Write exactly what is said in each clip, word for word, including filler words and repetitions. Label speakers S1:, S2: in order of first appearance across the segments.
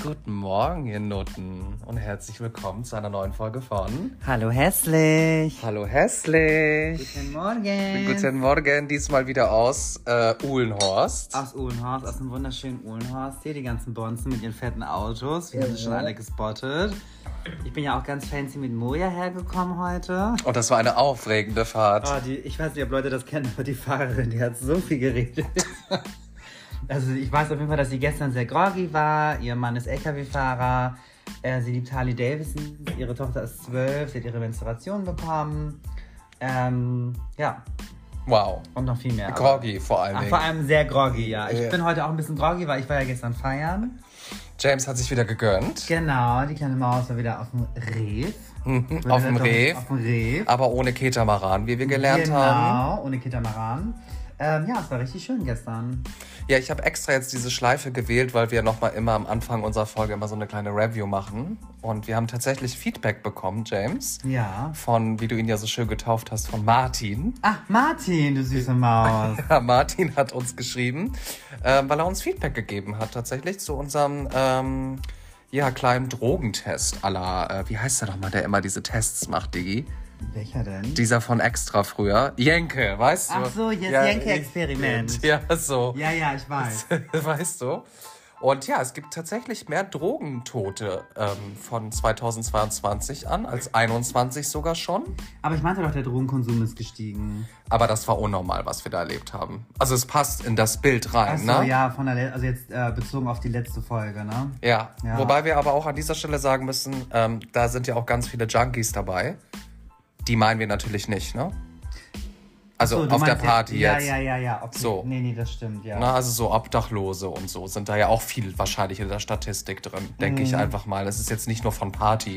S1: Guten Morgen, ihr Nutten. Und herzlich willkommen zu einer neuen Folge von
S2: Hallo hässlich.
S1: Hallo hässlich.
S2: Guten Morgen.
S1: Guten Morgen, diesmal wieder aus äh, Uhlenhorst.
S2: Aus Uhlenhorst, aus dem wunderschönen Uhlenhorst. Hier die ganzen Bonzen mit ihren fetten Autos. Wir haben sie schon alle gespottet. Ich bin ja auch ganz fancy mit Moja hergekommen heute.
S1: Und das war eine aufregende Fahrt.
S2: Oh, die, ich weiß nicht, ob Leute das kennen, aber die Fahrerin, die hat so viel geredet. Also ich weiß auf jeden Fall, dass sie gestern sehr groggy war. Ihr Mann ist L K W-Fahrer. Äh, sie liebt Harley Davidson. Ihre Tochter ist zwölf. Sie hat ihre Menstruation bekommen. Ähm, ja.
S1: Wow.
S2: Und noch viel mehr.
S1: Groggy vor allem.
S2: Ach, vor allem sehr groggy, ja. Ich
S1: Ja.
S2: bin heute auch ein bisschen groggy, weil ich war ja gestern feiern.
S1: James hat sich wieder gegönnt.
S2: Genau, die kleine Maus war wieder auf dem Reef.
S1: Auf dem Reef.
S2: Auf dem Reef.
S1: Aber ohne Ketamaran, wie wir gelernt
S2: genau,
S1: haben.
S2: Genau, ohne Katamaran. Ähm, ja, es war richtig schön gestern.
S1: Ja, ich habe extra jetzt diese Schleife gewählt, weil wir nochmal immer am Anfang unserer Folge immer so eine kleine Review machen. Und wir haben tatsächlich Feedback bekommen, James.
S2: Ja.
S1: Von, wie du ihn ja so schön getauft hast, von Martin.
S2: Ach, Martin, du süße Maus.
S1: Ja, Martin hat uns geschrieben, ähm, weil er uns Feedback gegeben hat tatsächlich zu unserem ähm, ja, kleinen Drogentest à la, äh, wie heißt der nochmal, der immer diese Tests macht, Diggi?
S2: Welcher denn?
S1: Dieser von Extra früher. Jenke, weißt du?
S2: Ach so, jetzt
S1: ja,
S2: Jenke-Experiment.
S1: Ja, so.
S2: Ja, ja, ich weiß.
S1: Weißt du? Und ja, es gibt tatsächlich mehr Drogentote ähm, von zweitausendzweiundzwanzig an, als einundzwanzig sogar schon.
S2: Aber ich meinte doch, der Drogenkonsum ist gestiegen.
S1: Aber das war unnormal, was wir da erlebt haben. Also es passt in das Bild rein,
S2: Ach so,
S1: ne?
S2: ja, von der Le- also jetzt äh, bezogen auf die letzte Folge, ne?
S1: Ja.
S2: Ja.
S1: Wobei wir aber auch an dieser Stelle sagen müssen, ähm, da sind ja auch ganz viele Junkies dabei. Die meinen wir natürlich nicht, ne? Also
S2: So, du
S1: auf der
S2: meinst
S1: Party
S2: ja,
S1: jetzt.
S2: Ja, ja, ja, okay.
S1: So.
S2: Nee, nee, das stimmt, ja.
S1: Na, also so Obdachlose und so sind da ja auch viel wahrscheinlich in der Statistik drin, denke
S2: Mhm.
S1: ich einfach mal. Es ist jetzt nicht nur von Party.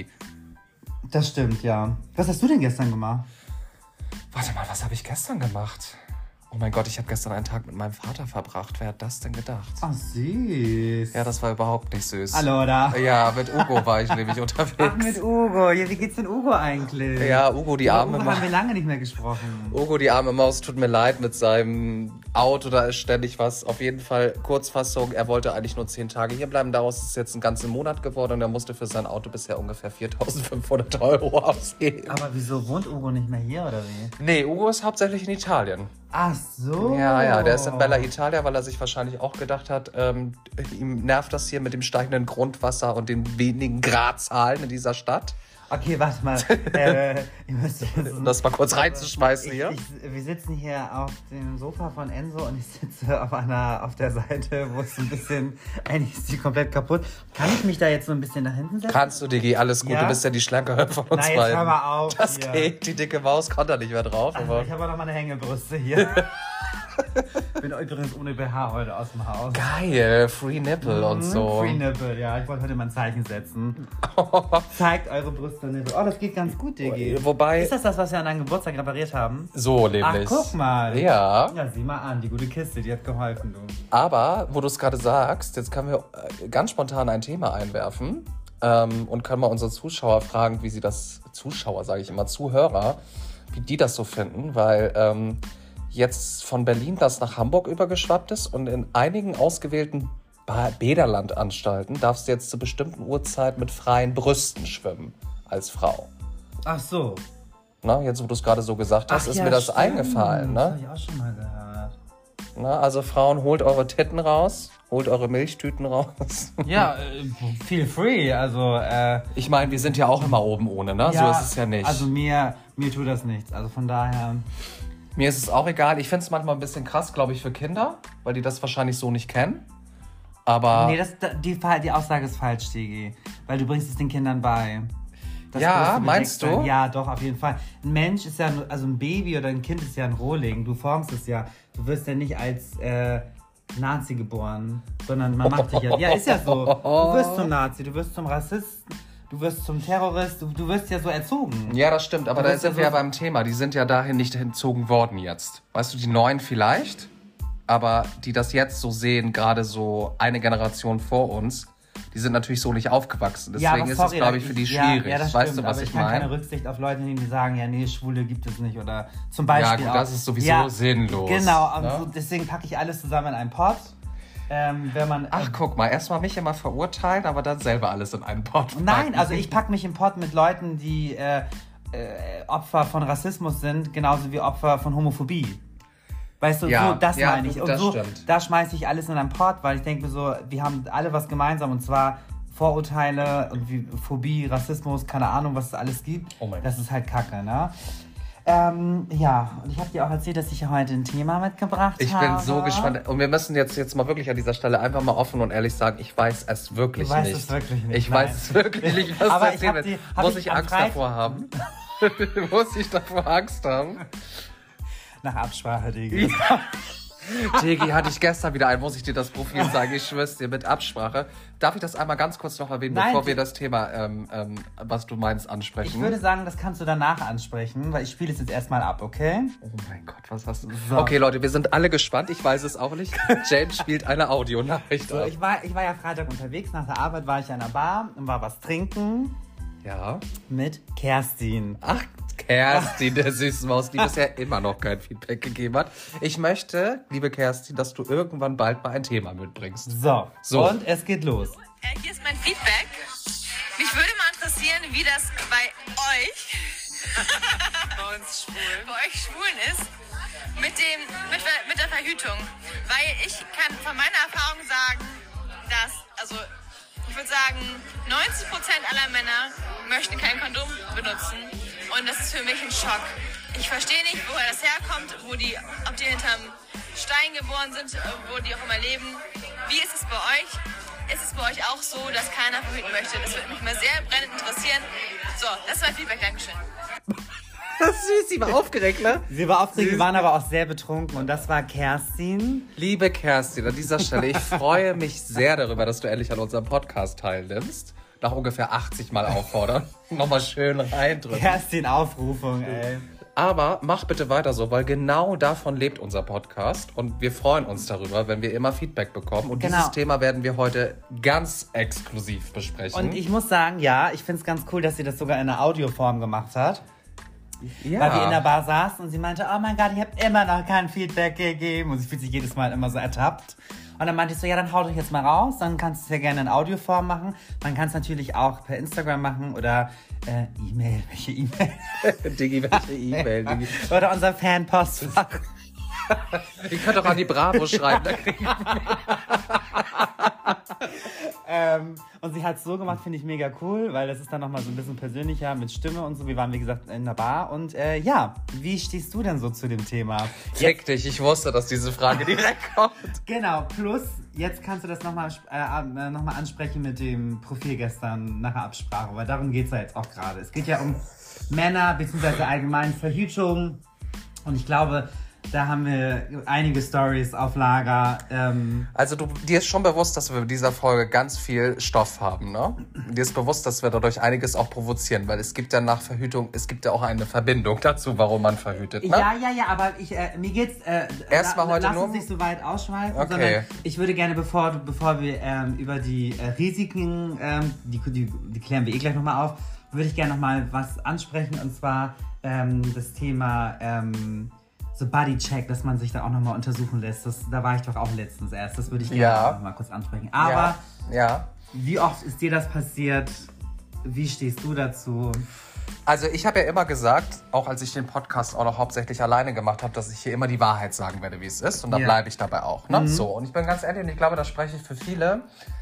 S2: Das stimmt, ja. Was hast du denn gestern gemacht?
S1: Warte mal, was habe ich gestern gemacht? Oh mein Gott, ich habe gestern einen Tag mit meinem Vater verbracht. Wer hat das denn gedacht?
S2: Ach, süß.
S1: Ja, das war überhaupt nicht süß.
S2: Hallo, da.
S1: Ja, mit Ugo war ich nämlich unterwegs.
S2: Ach, mit Ugo. Ja, wie geht's denn Ugo eigentlich?
S1: Ja, Ugo, die
S2: Über
S1: arme
S2: Ugo
S1: Maus.
S2: haben wir lange nicht mehr gesprochen.
S1: Ugo, die arme Maus, tut mir leid mit seinem Auto, da ist ständig was. Auf jeden Fall Kurzfassung, er wollte eigentlich nur zehn Tage hier bleiben. Daraus ist es jetzt ein ganzer Monat geworden und er musste für sein Auto bisher ungefähr viertausendfünfhundert Euro ausgeben.
S2: Aber wieso wohnt Ugo nicht mehr hier, oder wie?
S1: Nee, Ugo ist hauptsächlich in Italien.
S2: Ach so.
S1: Ja, ja, der ist in Bella Italia, weil er sich wahrscheinlich auch gedacht hat, ähm, ihm nervt das hier mit dem steigenden Grundwasser und den wenigen Gradzahlen in dieser Stadt.
S2: Okay, warte mal. äh, ihr müsst
S1: Um das mal kurz reinzuschmeißen
S2: ich,
S1: hier.
S2: Ich, wir sitzen hier auf dem Sofa von Enzo und ich sitze auf einer auf der Seite, wo es ein bisschen, eigentlich ist die komplett kaputt. Kann ich mich da jetzt so ein bisschen nach hinten setzen?
S1: Kannst du, Digi, alles gut.
S2: Ja?
S1: Du bist ja die Schlankere von uns
S2: Na, jetzt
S1: beiden.
S2: hör mal auf
S1: Das
S2: hier.
S1: geht. Die dicke Maus kommt da nicht mehr drauf.
S2: Also,
S1: Aber
S2: ich habe auch noch mal eine Hängebrüste hier. Bin übrigens ohne B H heute aus dem Haus.
S1: geil, Free Nipple und so.
S2: Free Nipple, ja. Ich wollte heute mal ein Zeichen setzen. Zeigt eure Brüste Nipple. Oh, das geht ganz gut, Diggi.
S1: Wobei,
S2: Ist das das, was wir an deinem Geburtstag repariert haben?
S1: so
S2: Ach,
S1: nämlich.
S2: guck mal.
S1: Ja,
S2: Ja, sieh mal an, die gute Kiste, die hat geholfen, du.
S1: aber wo du es gerade sagst, jetzt können wir äh, ganz spontan ein Thema einwerfen ähm, und können mal unsere Zuschauer fragen, wie sie das, Zuschauer sage ich immer, Zuhörer, wie die das so finden, weil ähm, jetzt von Berlin das nach Hamburg übergeschwappt ist und in einigen ausgewählten ba- Bäderlandanstalten darfst du jetzt zu bestimmten Uhrzeiten mit freien Brüsten schwimmen als Frau.
S2: Ach so.
S1: Na, jetzt, wo du es gerade so gesagt hast,
S2: Ach,
S1: ist
S2: ja,
S1: mir das
S2: stimmt.
S1: eingefallen.
S2: Das
S1: Ne?
S2: habe ich auch schon mal gehört.
S1: Na, also Frauen, holt eure Titten raus, holt eure Milchtüten raus.
S2: Ja, äh, feel free. Also, äh,
S1: Ich meine, wir sind ja auch immer oben ohne, ne?
S2: ja,
S1: So ist es ja nicht.
S2: Also mir, mir tut das nichts. Also von daher.
S1: Mir ist es auch egal. Ich finde es manchmal ein bisschen krass, glaube ich, für Kinder, weil die das wahrscheinlich so nicht kennen. Aber
S2: Nee, das, die, die Aussage ist falsch, Digi. Weil du bringst es den Kindern bei. Das
S1: Ja,
S2: größte
S1: meinst
S2: Bedecktsein.
S1: du?
S2: Ja, doch, auf jeden Fall. Ein Mensch ist ja, also ein Baby oder ein Kind ist ja ein Rohling. Du formst es ja. Du wirst ja nicht als äh, Nazi geboren, sondern man macht dich ja. Ja, ist ja so. Du wirst zum Nazi, du wirst zum Rassisten, du wirst zum Terrorist, du, du wirst ja so erzogen.
S1: ja, das stimmt. Aber
S2: Du
S1: da
S2: bist ja
S1: sind wir ja
S2: so-
S1: beim Thema. Die sind ja dahin nicht entzogen worden jetzt. Weißt du, die Neuen vielleicht, aber die das jetzt so sehen, gerade so eine Generation vor uns, die sind natürlich so nicht aufgewachsen.
S2: Ja,
S1: Deswegen
S2: aber
S1: ist
S2: sorry,
S1: es, glaube ich, für die
S2: ja,
S1: schwierig.
S2: Ja, das
S1: weißt
S2: stimmt,
S1: du, was
S2: aber
S1: ich
S2: ich kann keine
S1: meine?
S2: Rücksicht auf Leute nehmen, die sagen, ja, nee, Schwule gibt es nicht. Oder zum
S1: Ja,
S2: Beispiel
S1: gut,
S2: auch,
S1: das ist sowieso
S2: ja,
S1: sinnlos.
S2: Genau, und
S1: ne?
S2: so, deswegen packe ich alles zusammen in einen Pot. Ähm, wenn man,
S1: Ach,
S2: äh,
S1: guck mal, erstmal mich immer verurteilen, aber dann selber alles in einen Pott packen.
S2: Nein, also ich packe mich im Pott mit Leuten, die äh, äh, Opfer von Rassismus sind, genauso wie Opfer von Homophobie. Weißt du,
S1: Ja,
S2: so, das
S1: ja,
S2: meine ich. Und
S1: das
S2: so,
S1: stimmt.
S2: da schmeiße ich alles in einen Pott, weil ich denke mir so, wir haben alle was gemeinsam und zwar Vorurteile und wie Phobie, Rassismus, keine Ahnung, was es alles gibt.
S1: Oh mein
S2: das
S1: Gott.
S2: ist halt Kacke, ne? Ähm, ja, und ich habe dir auch erzählt, dass ich ja heute ein Thema mitgebracht
S1: Ich
S2: habe.
S1: bin so gespannt. Und wir müssen jetzt, jetzt mal wirklich an dieser Stelle einfach mal offen und ehrlich sagen, ich weiß es wirklich
S2: Du weißt
S1: nicht.
S2: es wirklich nicht,
S1: Ich
S2: nein.
S1: weiß es wirklich nicht, was
S2: Aber
S1: zu
S2: ich
S1: erzählen
S2: hab die-
S1: ist.
S2: hab
S1: Muss
S2: ich
S1: ich
S2: am
S1: Angst
S2: Freitag-
S1: davor haben? Muss ich davor Angst haben?
S2: Nach Absprache, Digi.
S1: Digi, hatte ich gestern wieder ein, muss ich dir das Profil sagen, ich schwör's dir, mit Absprache. Darf ich das einmal ganz kurz noch erwähnen,
S2: Nein,
S1: bevor
S2: die-
S1: wir das Thema, ähm, ähm, was du meinst, ansprechen?
S2: Ich würde sagen, das kannst du danach ansprechen, weil ich spiele es jetzt erstmal ab, okay?
S1: Oh mein Gott, was hast du?
S2: So.
S1: Okay, Leute, wir sind alle gespannt, ich weiß es auch nicht. James spielt eine Audionachricht
S2: So,
S1: ab.
S2: ich war, ich war ja Freitag unterwegs, nach der Arbeit war ich in einer Bar und war was trinken
S1: Ja.
S2: mit Kerstin.
S1: Ach, Kerstin, der süße Maus, die bisher immer noch kein Feedback gegeben hat. Ich möchte, liebe Kerstin, dass du irgendwann bald mal ein Thema mitbringst.
S2: So,
S1: So.
S2: und es geht los.
S3: Äh, hier ist mein Feedback. Mich würde mal interessieren, wie das bei euch, bei uns schwulen, bei euch schwulen ist, mit, dem, mit, mit der Verhütung. Weil ich kann von meiner Erfahrung sagen, dass, also ich würde sagen, neunzig Prozent aller Männer möchten kein Kondom benutzen. Und das ist für mich ein Schock. Ich verstehe nicht, woher das herkommt, wo die, ob die hinterm Stein geboren sind, äh, wo die auch immer leben. Wie ist es bei euch? Ist es bei euch auch so, dass keiner verhüten möchte? Das würde mich mal sehr brennend interessieren. So, das ist mein Feedback. Dankeschön.
S1: Das ist süß, sie war aufgeregt, ne?
S2: Sie war aufgeregt, wir waren aber auch sehr betrunken und das war Kerstin.
S1: Liebe Kerstin, an dieser Stelle, ich freue mich sehr darüber, dass du endlich an unserem Podcast teilnimmst. Nach ungefähr achtzig Mal auffordern. Nochmal schön reindrücken.
S2: Kerstin Aufrufung, ey.
S1: Aber mach bitte weiter so, weil genau davon lebt unser Podcast. Und wir freuen uns darüber, wenn wir immer Feedback bekommen. Und
S2: Genau.
S1: dieses Thema werden wir heute ganz exklusiv besprechen.
S2: Und ich muss sagen, ja, ich finde es ganz cool, dass sie das sogar in der Audioform gemacht hat.
S1: ja.
S2: Weil wir in der Bar saßen und sie meinte, oh mein Gott, ich habe immer noch kein Feedback gegeben. Und sie fühlt sich jedes Mal immer so ertappt. Und dann meinte ich so, ja, dann hau doch jetzt mal raus. Dann kannst du es ja gerne in Audioform machen. Man kann es natürlich auch per Instagram machen oder äh, E-Mail. Welche E-Mail?
S1: Diggi, welche E-Mail, Diggi.
S2: Oder unser Fanpostfach.
S1: Ich könnte doch an die Bravo schreiben. Da krieg ich
S2: ähm, und sie hat es so gemacht, finde ich mega cool, weil das ist dann nochmal so ein bisschen persönlicher mit Stimme und so. Wir waren, wie gesagt, in der Bar. Und äh, ja, wie stehst du denn so zu dem Thema?
S1: Fick dich, ich wusste, dass diese Frage direkt kommt.
S2: Genau, plus jetzt kannst du das nochmal äh, noch mal ansprechen mit dem Profil gestern nach der Absprache, weil darum geht es ja jetzt auch gerade. Es geht ja um Männer bzw. allgemein Verhütung und ich glaube, da haben wir einige Stories auf Lager. Ähm,
S1: Also du, dir ist schon bewusst, dass wir in dieser Folge ganz viel Stoff haben, ne? Dir ist bewusst, dass wir dadurch einiges auch provozieren, weil es gibt ja nach Verhütung, es gibt ja auch eine Verbindung dazu, warum man verhütet, ne?
S2: Ja, ja, ja, aber ich, äh, mir geht's. Äh,
S1: Erstmal
S2: la-
S1: heute
S2: lass
S1: nur-
S2: uns nicht so weit ausschweifen,
S1: Okay.
S2: sondern ich würde gerne, bevor, du- bevor wir ähm, über die äh, Risiken, ähm, die, die, die klären wir eh gleich nochmal auf, würde ich gerne nochmal was ansprechen und zwar ähm, das Thema ähm, so Bodycheck, dass man sich da auch nochmal untersuchen lässt. Das, da war ich doch auch letztens erst. Das würde ich gerne
S1: Ja.
S2: nochmal kurz ansprechen. Aber
S1: ja, ja.
S2: wie oft ist dir das passiert? Wie stehst du dazu?
S1: Also ich habe ja immer gesagt, auch als ich den Podcast auch noch hauptsächlich alleine gemacht habe, dass ich hier immer die Wahrheit sagen werde, wie es ist. Und da
S2: Ja.
S1: bleibe ich dabei auch. Ne?
S2: Mhm.
S1: So, und ich bin ganz ehrlich, und ich glaube, da spreche ich für viele,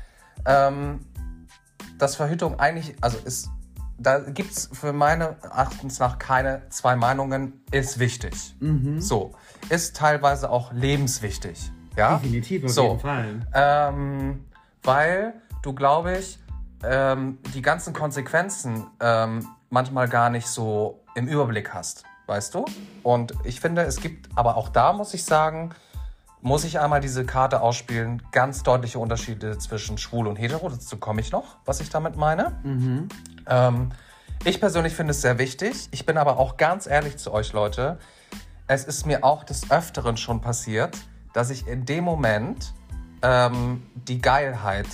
S1: ähm, dass Verhütung eigentlich, also ist, da gibt es für meine Erachtens nach keine zwei Meinungen, ist wichtig.
S2: Mhm.
S1: So, ist teilweise auch lebenswichtig. Ja?
S2: Definitiv, auf
S1: So.
S2: jeden Fall.
S1: Ähm, weil du, glaube ich, ähm, die ganzen Konsequenzen ähm, manchmal gar nicht so im Überblick hast, weißt du? Und ich finde, es gibt, aber auch da muss ich sagen, muss ich einmal diese Karte ausspielen, ganz deutliche Unterschiede zwischen schwul und hetero, dazu komme ich noch, was ich damit meine.
S2: Mhm.
S1: Ähm, ich persönlich finde es sehr wichtig, ich bin aber auch ganz ehrlich zu euch, Leute, es ist mir auch des Öfteren schon passiert, dass ich in dem Moment ähm, die Geilheit,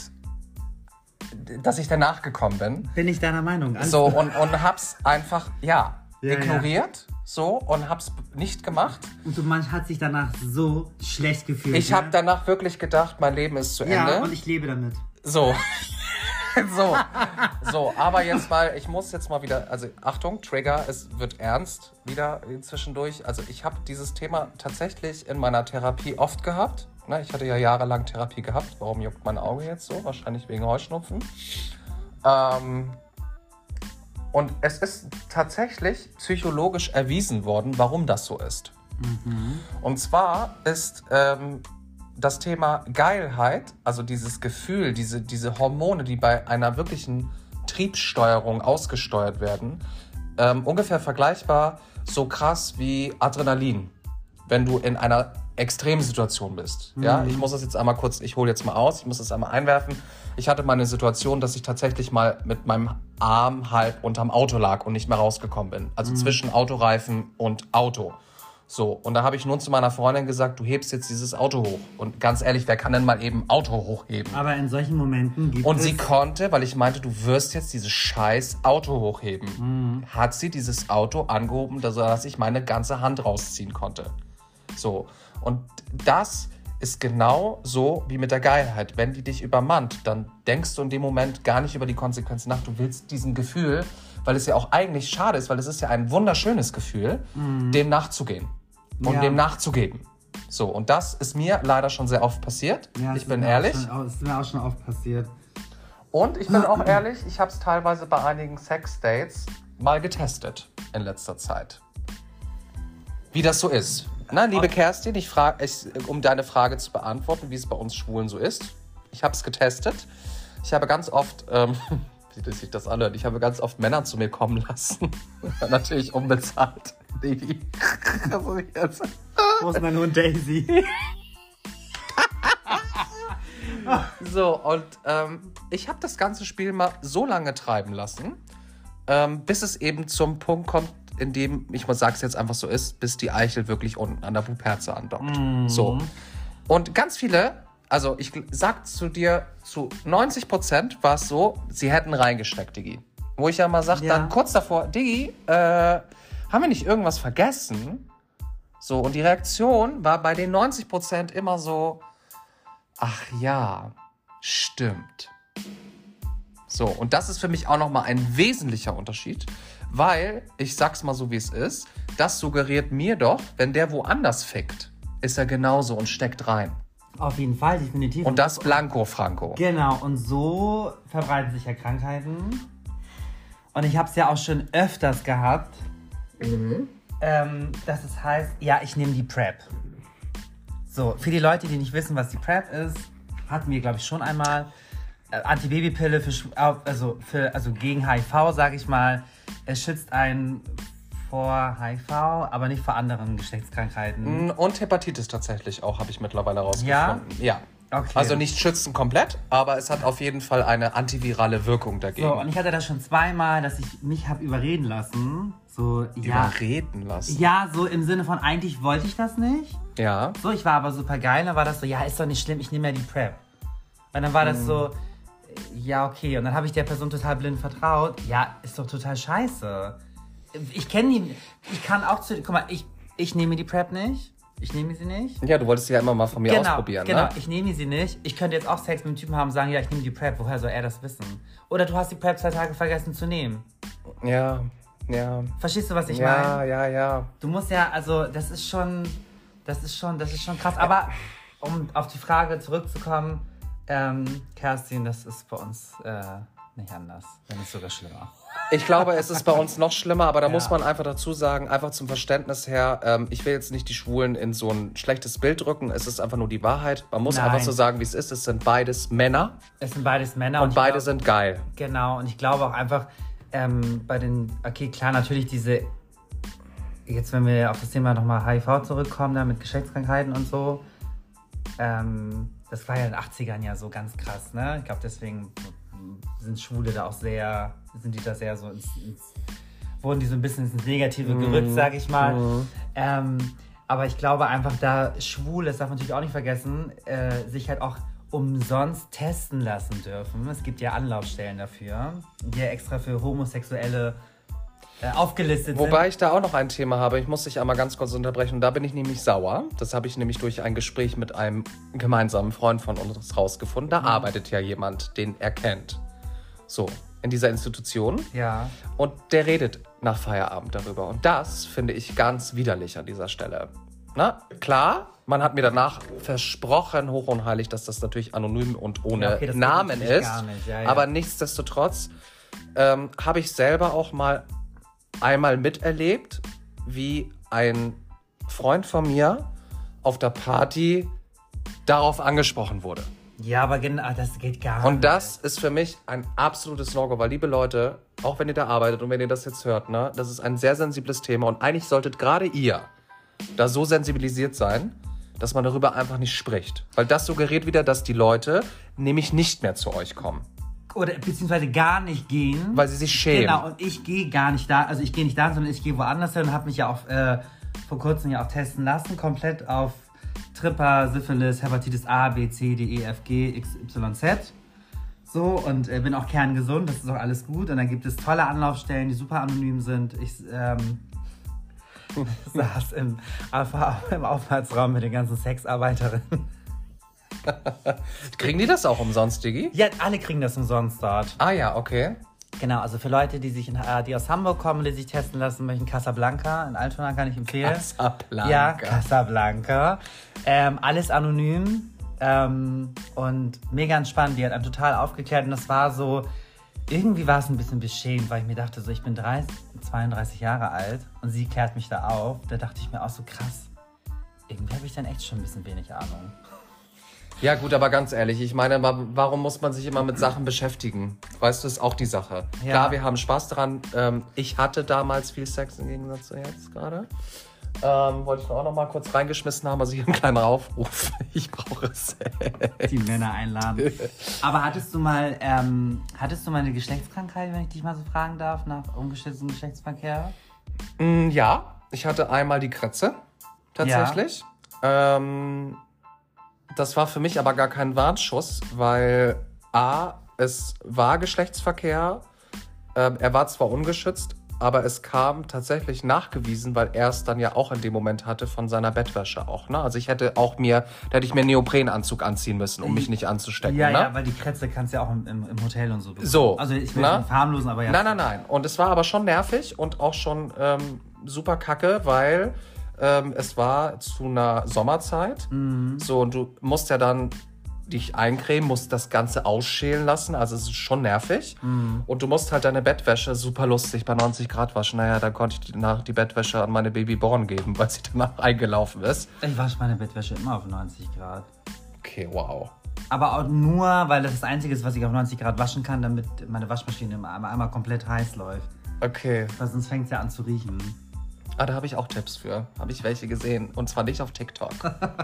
S1: dass ich danach gekommen bin,
S2: Bin ich deiner Meinung? Alles
S1: so
S2: gut.
S1: und, und hab's einfach, ja,
S2: Ja,
S1: ignoriert so und hab's nicht gemacht.
S2: Und du man hat sich danach so schlecht gefühlt.
S1: Ich
S2: ne?
S1: habe danach wirklich gedacht, mein Leben ist zu
S2: ja,
S1: Ende.
S2: und ich lebe damit.
S1: So. so. So, aber jetzt mal, ich muss jetzt mal wieder, also Achtung, Trigger, es wird ernst wieder zwischendurch. Also ich habe dieses Thema tatsächlich in meiner Therapie oft gehabt. Ne, ich hatte ja jahrelang Therapie gehabt. Warum juckt mein Auge jetzt so? Wahrscheinlich wegen Heuschnupfen. Ähm, und es ist tatsächlich psychologisch erwiesen worden, warum das so ist. Mhm. Und zwar ist ähm, das Thema Geilheit, also dieses Gefühl, diese, diese Hormone, die bei einer wirklichen Triebsteuerung ausgesteuert werden, ähm, ungefähr vergleichbar so krass wie Adrenalin, wenn du in einer Extremsituation bist. Mhm. Ja, ich muss das jetzt einmal kurz, ich hole jetzt mal aus, ich muss das einmal einwerfen. Ich hatte mal eine Situation, dass ich tatsächlich mal mit meinem Arm halb unterm Auto lag und nicht mehr rausgekommen bin. Also mhm. zwischen Autoreifen und Auto. So, und da habe ich nun zu meiner Freundin gesagt, du hebst jetzt dieses Auto hoch. Und ganz ehrlich, wer kann denn mal eben Auto hochheben?
S2: Aber in solchen Momenten gibt
S1: und
S2: es...
S1: Und sie konnte, weil ich meinte, du wirst jetzt dieses scheiß Auto hochheben, mhm. hat sie dieses Auto angehoben, dass ich meine ganze Hand rausziehen konnte. So, und das ist genau so wie mit der Geilheit. Wenn die dich übermannt, dann denkst du in dem Moment gar nicht über die Konsequenzen nach. Du willst diesem Gefühl, weil es ja auch eigentlich schade ist, weil es ist ja ein wunderschönes Gefühl, mhm. dem nachzugehen und ja. dem nachzugeben. So, und das ist mir leider schon sehr oft passiert. Ja, ich bin ehrlich.
S2: Das ist mir auch schon oft passiert.
S1: Und ich bin auch ehrlich, ich habe es teilweise bei einigen Sex-Dates mal getestet in letzter Zeit. Wie das so ist. Na, liebe Kerstin, ich frage, ich, um deine Frage zu beantworten, wie es bei uns Schwulen so ist. Ich habe es getestet. Ich habe ganz oft, ähm, wie sich das anhört, ich habe ganz oft Männer zu mir kommen lassen. Natürlich unbezahlt. Baby.
S2: Wo ist mein Hund Daisy?
S1: So, und ähm, ich habe das ganze Spiel mal so lange treiben lassen, ähm, bis es eben zum Punkt kommt, in dem, ich sage es jetzt einfach so ist, bis die Eichel wirklich unten an der Puperze andockt. Mm. So. Und ganz viele, also ich sag zu dir, zu neunzig Prozent war es so, sie hätten reingesteckt, Diggi. Wo ich ja mal sage, ja. dann kurz davor, Diggi, äh, haben wir nicht irgendwas vergessen? So, und die Reaktion war bei den neunzig Prozent immer so, ach ja, stimmt. So, und das ist für mich auch nochmal ein wesentlicher Unterschied, weil, ich sag's mal so wie es ist, das suggeriert mir doch, wenn der woanders fickt, ist er genauso und steckt rein.
S2: Auf jeden Fall, definitiv.
S1: Und das Blanco Franco.
S2: Genau, und so verbreiten sich ja Krankheiten. Und ich hab's ja auch schon öfters gehabt, mhm. ähm, dass es heißt, ja, ich nehme die PrEP. So, für die Leute, die nicht wissen, was die PrEP ist, hatten wir, glaube ich, schon einmal äh, Antibabypille für, also, für, also gegen H I V, sage ich mal. Es schützt einen vor H I V, aber nicht vor anderen Geschlechtskrankheiten.
S1: Und Hepatitis tatsächlich auch, habe ich mittlerweile rausgefunden. Ja? Ja.
S2: Okay.
S1: Also nicht schützen komplett, aber es hat auf jeden Fall eine antivirale Wirkung dagegen.
S2: So, und ich hatte das schon zweimal, dass ich mich habe überreden lassen. So, ja,
S1: überreden lassen?
S2: Ja, so im Sinne von, eigentlich wollte ich das nicht.
S1: Ja.
S2: So, ich war aber super geil, dann war das so, ja, ist doch nicht schlimm, ich nehme ja die PrEP. Und dann war das hm. so, ja, okay. Und dann habe ich der Person total blind vertraut. Ja, ist doch total scheiße. Ich kenne die, ich kann auch zu, guck mal, ich, ich nehme die PrEP nicht. Ich nehme sie nicht.
S1: Ja, du wolltest sie ja immer mal von mir
S2: genau,
S1: ausprobieren,
S2: genau.
S1: ne?
S2: Genau, ich nehme sie nicht. Ich könnte jetzt auch Sex mit einem Typen haben und sagen, ja, ich nehme die PrEP. Woher soll er das wissen? Oder du hast die PrEP zwei Tage vergessen zu nehmen.
S1: Ja, ja.
S2: Verstehst du, was ich
S1: ja,
S2: meine?
S1: Ja, ja, ja.
S2: Du musst ja, also, das ist schon, das ist schon, das ist schon krass. Aber, um auf die Frage zurückzukommen, ähm, Kerstin, das ist bei uns äh, nicht anders. Wenn nicht sogar schlimmer.
S1: Ich glaube, es ist bei uns noch schlimmer, aber da ja. muss man einfach dazu sagen, einfach zum Verständnis her, ähm, ich will jetzt nicht die Schwulen in so ein schlechtes Bild drücken, es ist einfach nur die Wahrheit. Man muss Nein. einfach so sagen, wie es ist. Es sind beides Männer.
S2: Es sind beides Männer.
S1: Und, und beide
S2: glaub,
S1: sind geil.
S2: Genau, und ich glaube auch einfach, ähm, bei den, okay, klar, natürlich diese, jetzt wenn wir auf das Thema nochmal H I V zurückkommen, da mit Geschlechtskrankheiten und so, ähm, das war ja in den achtzigern ja so ganz krass, ne? Ich glaube, deswegen sind Schwule da auch sehr, sind die da sehr so ins, ins wurden die so ein bisschen ins Negative gerückt, mm. sag ich mal. Mm. Ähm, aber ich glaube einfach, da Schwule, das darf man natürlich auch nicht vergessen, äh, sich halt auch umsonst testen lassen dürfen. Es gibt ja Anlaufstellen dafür, die ja extra für homosexuelle äh, aufgelistet
S1: Wobei
S2: sind.
S1: ich da auch noch ein Thema habe. Ich muss dich einmal ganz kurz unterbrechen. Und da bin ich nämlich sauer. Das habe ich nämlich durch ein Gespräch mit einem gemeinsamen Freund von uns rausgefunden. Da mhm. arbeitet ja jemand, den er kennt. So, in dieser Institution.
S2: Ja.
S1: Und der redet nach Feierabend darüber. Und das finde ich ganz widerlich an dieser Stelle. Na, klar, man hat mir danach versprochen, hoch und heilig, dass das natürlich anonym und ohne
S2: ja, okay, das
S1: Namen ist.
S2: Gar nicht. Ja, ja.
S1: Aber nichtsdestotrotz ähm, habe ich selber auch mal einmal miterlebt, wie ein Freund von mir auf der Party darauf angesprochen wurde.
S2: Ja, aber genau, das geht gar nicht.
S1: Und das ist für mich ein absolutes No-Go, weil, liebe Leute, auch wenn ihr da arbeitet und wenn ihr das jetzt hört, ne, das ist ein sehr sensibles Thema und eigentlich solltet gerade ihr da so sensibilisiert sein, dass man darüber einfach nicht spricht. Weil das suggeriert wieder, dass die Leute nämlich nicht mehr zu euch kommen.
S2: Oder beziehungsweise gar nicht gehen.
S1: Weil sie sich schämen.
S2: Genau, und ich gehe gar nicht da, also ich gehe nicht da, sondern ich gehe woanders hin und habe mich ja auch äh, vor kurzem ja auch testen lassen, komplett auf Tripper, Syphilis, Hepatitis A, B, C, D, E, F, G, X, Y, Z. So, und äh, bin auch kerngesund, das ist auch alles gut. Und dann gibt es tolle Anlaufstellen, die super anonym sind. Ich ähm, saß im, im Aufenthaltsraum mit den ganzen Sexarbeiterinnen.
S1: Kriegen die das auch umsonst, Diggi?
S2: Ja, alle kriegen das umsonst dort.
S1: Ah ja, okay.
S2: Genau, also für Leute, die sich in, die aus Hamburg kommen, die sich testen lassen möchten, Casablanca, in Altona kann ich empfehlen.
S1: Casablanca.
S2: Ja, Casablanca. Ähm, alles anonym ähm, und mega entspannt. Die hat einen total aufgeklärt und das war so, irgendwie war es ein bisschen beschämend, weil ich mir dachte, so ich bin dreißig, zweiunddreißig Jahre alt und sie klärt mich da auf. Da dachte ich mir auch so, krass, irgendwie habe ich dann echt schon ein bisschen wenig Ahnung.
S1: Ja gut, aber ganz ehrlich, ich meine, warum muss man sich immer mit Sachen beschäftigen? Weißt du, ist auch die Sache. Ja. Klar, wir haben Spaß daran. Ähm, ich hatte damals viel Sex im Gegensatz zu jetzt gerade. Ähm, wollte ich auch noch mal kurz reingeschmissen haben, also hier einen kleinen Aufruf. Ich brauche Sex.
S2: Die Männer einladen. Aber hattest du mal, ähm, hattest du mal eine Geschlechtskrankheit, wenn ich dich mal so fragen darf, nach ungeschütztem Geschlechtsverkehr?
S1: Mm, ja, ich hatte einmal die Krätze, tatsächlich. Ja. Ähm, das war für mich aber gar kein Warnschuss, weil A, es war Geschlechtsverkehr, ähm, er war zwar ungeschützt, aber es kam tatsächlich nachgewiesen, weil er es dann ja auch in dem Moment hatte von seiner Bettwäsche auch. Ne? Also ich hätte auch mir, da hätte ich mir einen Neoprenanzug anziehen müssen, um mich nicht anzustecken.
S2: Ja,
S1: ne?
S2: ja, weil die Krätze kannst du ja auch im, im, im Hotel und so bekommen.
S1: So.
S2: Also ich will nicht harmlosen, aber ja.
S1: Nein, nein, nein. Und es war aber schon nervig und auch schon ähm, super kacke, weil ähm, es war zu einer Sommerzeit. Mhm. So, und du musst ja dann dich eincremen, musst das Ganze ausschälen lassen, also es ist schon nervig. Mm. Und du musst halt deine Bettwäsche, super lustig, bei neunzig Grad waschen. Naja, dann konnte ich danach die Bettwäsche an meine Babyborn geben, weil sie danach eingelaufen ist.
S2: Ich wasche meine Bettwäsche immer auf neunzig Grad.
S1: Okay, wow.
S2: Aber auch nur, weil das das Einzige ist, was ich auf neunzig Grad waschen kann, damit meine Waschmaschine einmal, einmal komplett heiß läuft.
S1: Okay.
S2: Weil sonst fängt es ja an zu riechen.
S1: Ah, da habe ich auch Tipps für. Habe ich welche gesehen. Und zwar nicht auf TikTok.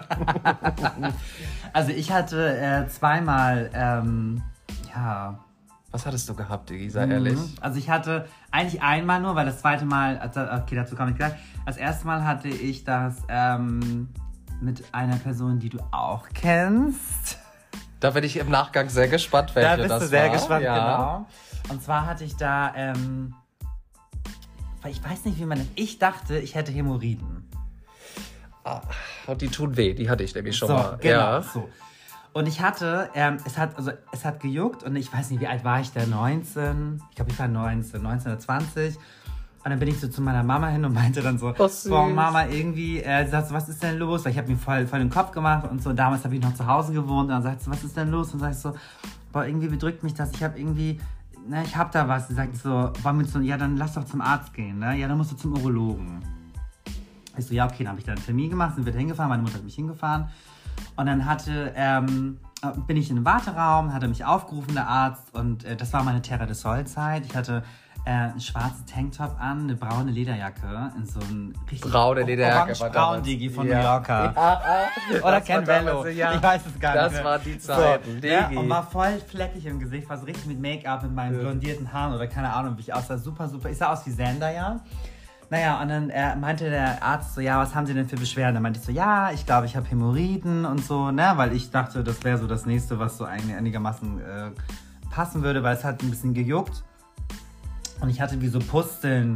S2: Also ich hatte äh, zweimal, ähm, ja...
S1: Was hattest du gehabt, Diggi? Sei mhm. ehrlich.
S2: Also ich hatte eigentlich einmal nur, weil das zweite Mal... Okay, dazu komme ich gleich. Das erste Mal hatte ich das ähm, mit einer Person, die du auch kennst.
S1: Da bin ich im Nachgang sehr gespannt, welche das war.
S2: Da bist du sehr
S1: war.
S2: gespannt,
S1: ja.
S2: Genau. Und zwar hatte ich da... Ähm, ich weiß nicht, wie man das... Ich dachte, ich hätte Hämorrhoiden.
S1: Ah, und die tun weh, die hatte ich nämlich schon
S2: so,
S1: mal.
S2: Genau,
S1: ja.
S2: so. Und ich hatte, ähm, es hat, also es hat gejuckt und ich weiß nicht, wie alt war ich da? neunzehn? Ich glaube, ich war neunzehn, neunzehn oder zwanzig. Und dann bin ich so zu meiner Mama hin und meinte dann so,
S1: oh,
S2: boah, Mama, irgendwie, äh, sie sagt so, was ist denn los? Weil ich habe mir voll, voll den Kopf gemacht und so. Damals habe ich noch zu Hause gewohnt und dann sagt sie, was ist denn los? Und sag ich so, boah, irgendwie bedrückt mich das. Ich habe irgendwie... Na, ich hab da was. Sie sagt so, wollen wir so, ja, dann lass doch zum Arzt gehen, ne? Ja, dann musst du zum Urologen. Ich so, ja, okay, dann habe ich da einen Termin gemacht, sind wir da hingefahren, meine Mutter hat mich hingefahren. Und dann hatte, ähm, bin ich in den Warteraum, hatte mich aufgerufen, der Arzt, und äh, das war meine Terra de Sol-Zeit. Ich hatte äh, einen schwarzen Tanktop an, eine braune Lederjacke, in so ein richtig
S1: braune Lederjacke,
S2: braun Digi von
S1: ja.
S2: New Yorker.
S1: Ja.
S2: Oder Ken Bello. Ja. Ich weiß es gar
S1: das
S2: nicht.
S1: Das waren die Zeiten.
S2: So, ja, und war voll fleckig im Gesicht, war so richtig mit Make-up, mit meinen ja. blondierten Haaren oder keine Ahnung, wie ich aussah. Super, super. Ich sah aus wie Xander, ja. Naja, und dann äh, meinte der Arzt so, ja, was haben Sie denn für Beschwerden? Dann meinte ich so, ja, ich glaube, ich habe Hämorrhoiden und so, ne, weil ich dachte, das wäre so das Nächste, was so einigermaßen äh, passen würde, weil es hat ein bisschen gejuckt. Und ich hatte wie so Pusteln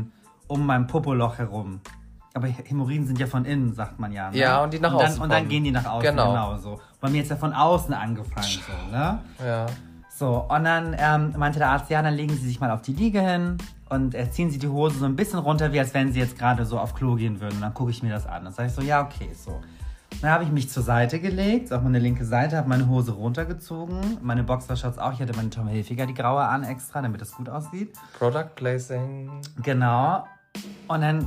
S2: um mein Popoloch herum. Aber Hämorrhoiden sind ja von innen, sagt man ja. Ne?
S1: Ja, und die nach
S2: und dann,
S1: außen
S2: Und dann
S1: kommen.
S2: gehen die nach außen,
S1: genau.
S2: genau so. Bei mir ist ja von außen angefangen, so, ne?
S1: Ja.
S2: So, und dann ähm, meinte der Arzt, ja, dann legen Sie sich mal auf die Liege hin und äh, ziehen Sie die Hose so ein bisschen runter, wie als wenn Sie jetzt gerade so auf Klo gehen würden. Und dann gucke ich mir das an. Dann sage ich so, ja, okay, so. Dann habe ich mich zur Seite gelegt, auf meine linke Seite, habe meine Hose runtergezogen, meine Boxershorts auch. Ich hatte meine Tom Hilfiger, die graue an extra, damit das gut aussieht.
S1: Product Placing.
S2: Genau. Und dann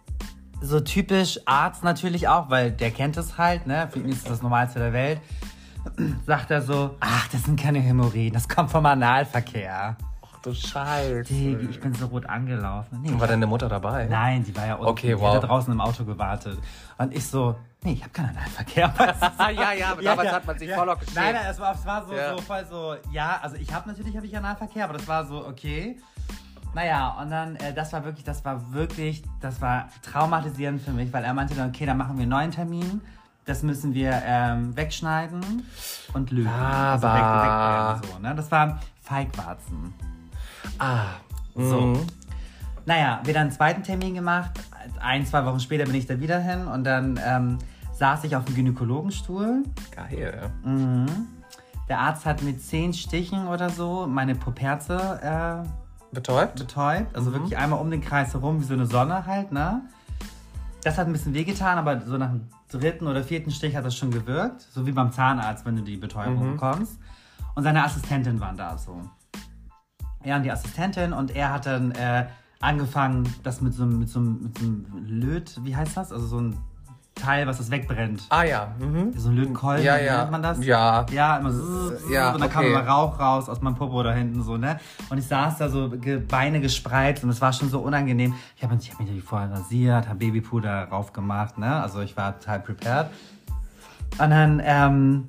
S2: so typisch Arzt natürlich auch, weil der kennt es halt, ne? Für ihn ist das das Normalste der Welt. Sagt er so, ach, das sind keine Hämorrhoiden, das kommt vom Analverkehr.
S1: Ach du Scheiße.
S2: Digi, ich bin so rot angelaufen. Nee,
S1: Und war deine Mutter dabei?
S2: Nein, die war ja unten.
S1: Okay,
S2: die
S1: wow.
S2: hat da draußen im Auto gewartet. Und ich so, nee, ich habe keinen Analverkehr.
S1: ja, ja, aber damals hat man sich voll auch geschämt.
S2: Nein, nein, es war, es war so,
S1: Ja.
S2: so voll so, ja, also ich habe natürlich hab ich Analverkehr, aber das war so, okay. Naja, und dann, äh, das war wirklich, das war wirklich, das war traumatisierend für mich, weil er meinte dann, okay, dann machen wir einen neuen Termin. Das müssen wir ähm, wegschneiden und lösen.
S1: Aber-
S2: Also weg, wegbrennen, so, ne? Das war Feigwarzen.
S1: Ah.
S2: So.
S1: Mhm.
S2: Naja, wir dann einen zweiten Termin gemacht. Ein, zwei Wochen später bin ich da wieder hin und dann ähm, saß ich auf dem Gynäkologenstuhl.
S1: Geil.
S2: Mhm. Der Arzt hat mit zehn Stichen oder so meine Puperze äh,
S1: Betäubt?
S2: betäubt. Also
S1: Mhm.
S2: wirklich einmal um den Kreis herum, wie so eine Sonne halt, ne? Das hat ein bisschen wehgetan, aber so nach dem dritten oder vierten Stich hat das schon gewirkt. So wie beim Zahnarzt, wenn du die Betäubung
S1: Mhm.
S2: bekommst. Und seine Assistentin waren da so. Er und die Assistentin und er hat dann äh, angefangen, das mit so, einem- mit, so, einem- mit so einem Löt, wie heißt das? Also so ein Teil, was das wegbrennt.
S1: Ah ja. Mhm.
S2: So ein Lötkolben,
S1: Ja,
S2: wie
S1: ja.
S2: nennt man das?
S1: Ja.
S2: Ja, immer so.
S1: Ja,
S2: und dann kam
S1: okay.
S2: immer Rauch raus aus meinem Popo da hinten so, ne? Und ich saß da so, ge Beine gespreizt und es war schon so unangenehm. Ich habe ich hab mich natürlich vorher rasiert, habe Babypuder drauf gemacht, ne? Also ich war total prepared. Und dann ähm,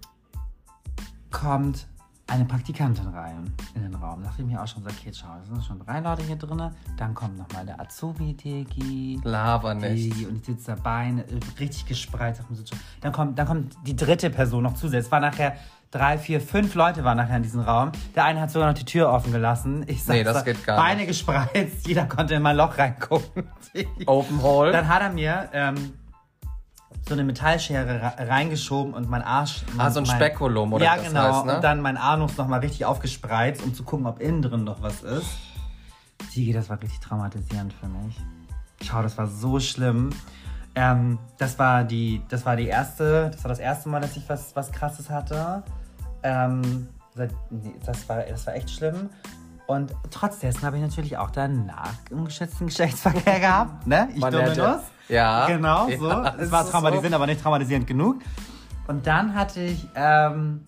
S2: kommt eine Praktikantin rein in den Raum. Da dachte ich mir auch schon so, okay, schau, es sind schon drei Leute hier drin. Dann kommt nochmal der Azubi-Digi.
S1: Lava nicht.
S2: Digi, und ich sitze da Beine äh, richtig gespreizt. Auf dem Sitz. Dann kommt, dann kommt die dritte Person noch zusätzlich. Es waren nachher drei, vier, fünf Leute waren nachher in diesem Raum. Der eine hat sogar noch die Tür offen gelassen. Ich saß
S1: Nee, das
S2: da,
S1: geht gar
S2: Beine
S1: nicht.
S2: gespreizt. Jeder konnte in mein Loch reingucken.
S1: Open Hole.
S2: Dann hat er mir ähm, so eine Metallschere ra- reingeschoben und mein Arsch...
S1: Ah, so ein
S2: mein,
S1: Spekulum, oder
S2: Ja,
S1: wie das
S2: genau.
S1: heißt, ne?
S2: Und dann mein Anus nochmal richtig aufgespreizt, um zu gucken, ob innen drin noch was ist. Digi, das war richtig traumatisierend für mich. Schau, das war so schlimm. Ähm, das war die, das war die erste, das war das erste Mal, dass ich was, was Krasses hatte. Ähm, seit- nee, das war, das war echt schlimm. Und trotz dessen habe ich natürlich auch danach ungeschützten Geschlechtsverkehr gehabt, ne? Ich
S1: Man
S2: dumme
S1: hätte-
S2: Nuss.
S1: Ja.
S2: Genau,
S1: Ja,
S2: so.
S1: ist
S2: Es war
S1: so.
S2: traumatisierend, aber nicht traumatisierend genug. Und dann hatte ich ähm,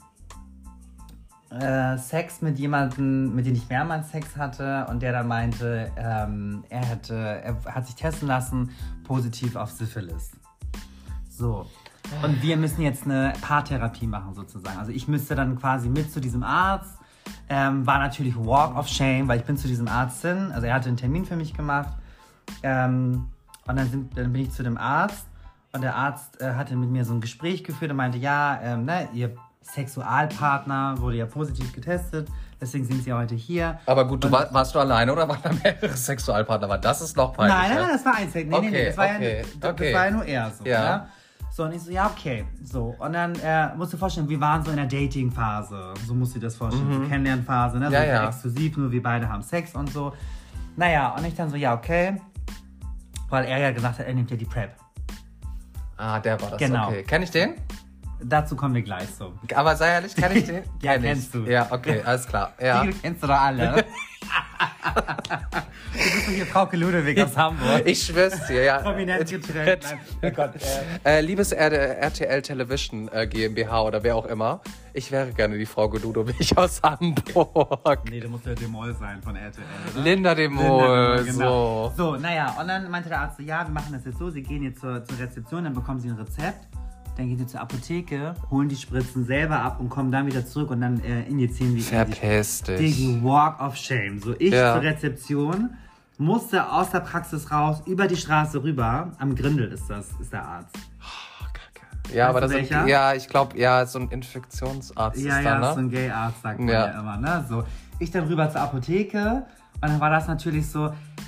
S2: äh, Sex mit jemandem, mit dem ich mehrmals Sex hatte und der dann meinte, ähm, er, hätte, er hat sich testen lassen, positiv auf Syphilis. So. Und wir müssen jetzt eine Paartherapie machen sozusagen. Also ich müsste dann quasi mit zu diesem Arzt. Ähm, war natürlich Walk of Shame, weil ich bin zu diesem Arzt hin. Also er hatte einen Termin für mich gemacht. Ähm, und dann, sind, dann bin ich zu dem Arzt. Und der Arzt äh, hatte mit mir so ein Gespräch geführt und meinte, ja, ähm, ne, ihr Sexualpartner wurde ja positiv getestet. Deswegen sind sie heute hier.
S1: Aber gut, du
S2: Und-
S1: war, warst du alleine oder waren da mehrere Sexualpartner? Aber das ist noch peinlich.
S2: Nein, nein, nein, das war eins. Nee, nee, nee,
S1: Okay,
S2: das war,
S1: okay,
S2: ja, das,
S1: okay.
S2: das war ja nur er so.
S1: Ja.
S2: Ja. So, und ich so, ja, okay. So, und dann äh, musst du dir vorstellen, wir waren so in der Dating-Phase. So musst du dir das vorstellen, so Kennenlernphase, ne? So
S1: Ja, ja.
S2: exklusiv, nur wir beide haben Sex und so. Naja, und ich dann so, ja, okay. Weil er ja gesagt hat, er nimmt ja die PrEP.
S1: Ah, der war das.
S2: Genau.
S1: Okay. Kenn ich den?
S2: Dazu kommen wir gleich so.
S1: Aber sei ehrlich, kenn ich den?
S2: Ja,
S1: Kenn ich.
S2: kennst du.
S1: Ja, okay, alles klar. Ja.
S2: Die kennst du doch alle. Du bist doch hier Frauke Ludewig aus Hamburg.
S1: Ich schwör's dir, ja.
S2: Prominent getrennt. Nein, oh Gott. Äh,
S1: Äh, liebes R T L Television äh, GmbH oder wer auch immer, ich wäre gerne die Frau Ludowig aus Hamburg.
S2: nee, da muss der Demol sein von R T L. Oder?
S1: Linda de Mol,
S2: Linda, genau.
S1: so.
S2: So, naja, und dann meinte der Arzt so, ja, wir machen das jetzt so, Sie gehen jetzt zur, zur Rezeption, dann bekommen Sie ein Rezept, dann gehen Sie zur Apotheke, holen die Spritzen selber ab und kommen dann wieder zurück und dann äh, injizieren wir
S1: Verpiss dich.
S2: Digi, Walk of Shame. So, ich
S1: Ja.
S2: zur Rezeption, musste aus der Praxis raus, über die Straße rüber, am Grindel ist das, ist der Arzt.
S1: Ja, aber
S2: Weißt
S1: das
S2: du
S1: sind,
S2: welcher?
S1: ja, ich glaube, ja, so ein Infektionsarzt
S2: Ja,
S1: ist
S2: ja,
S1: da,
S2: so
S1: ne?
S2: ein Gay-Arzt, sagt man
S1: Ja.
S2: ja immer, ne? So, ich dann rüber zur Apotheke und dann war das natürlich so,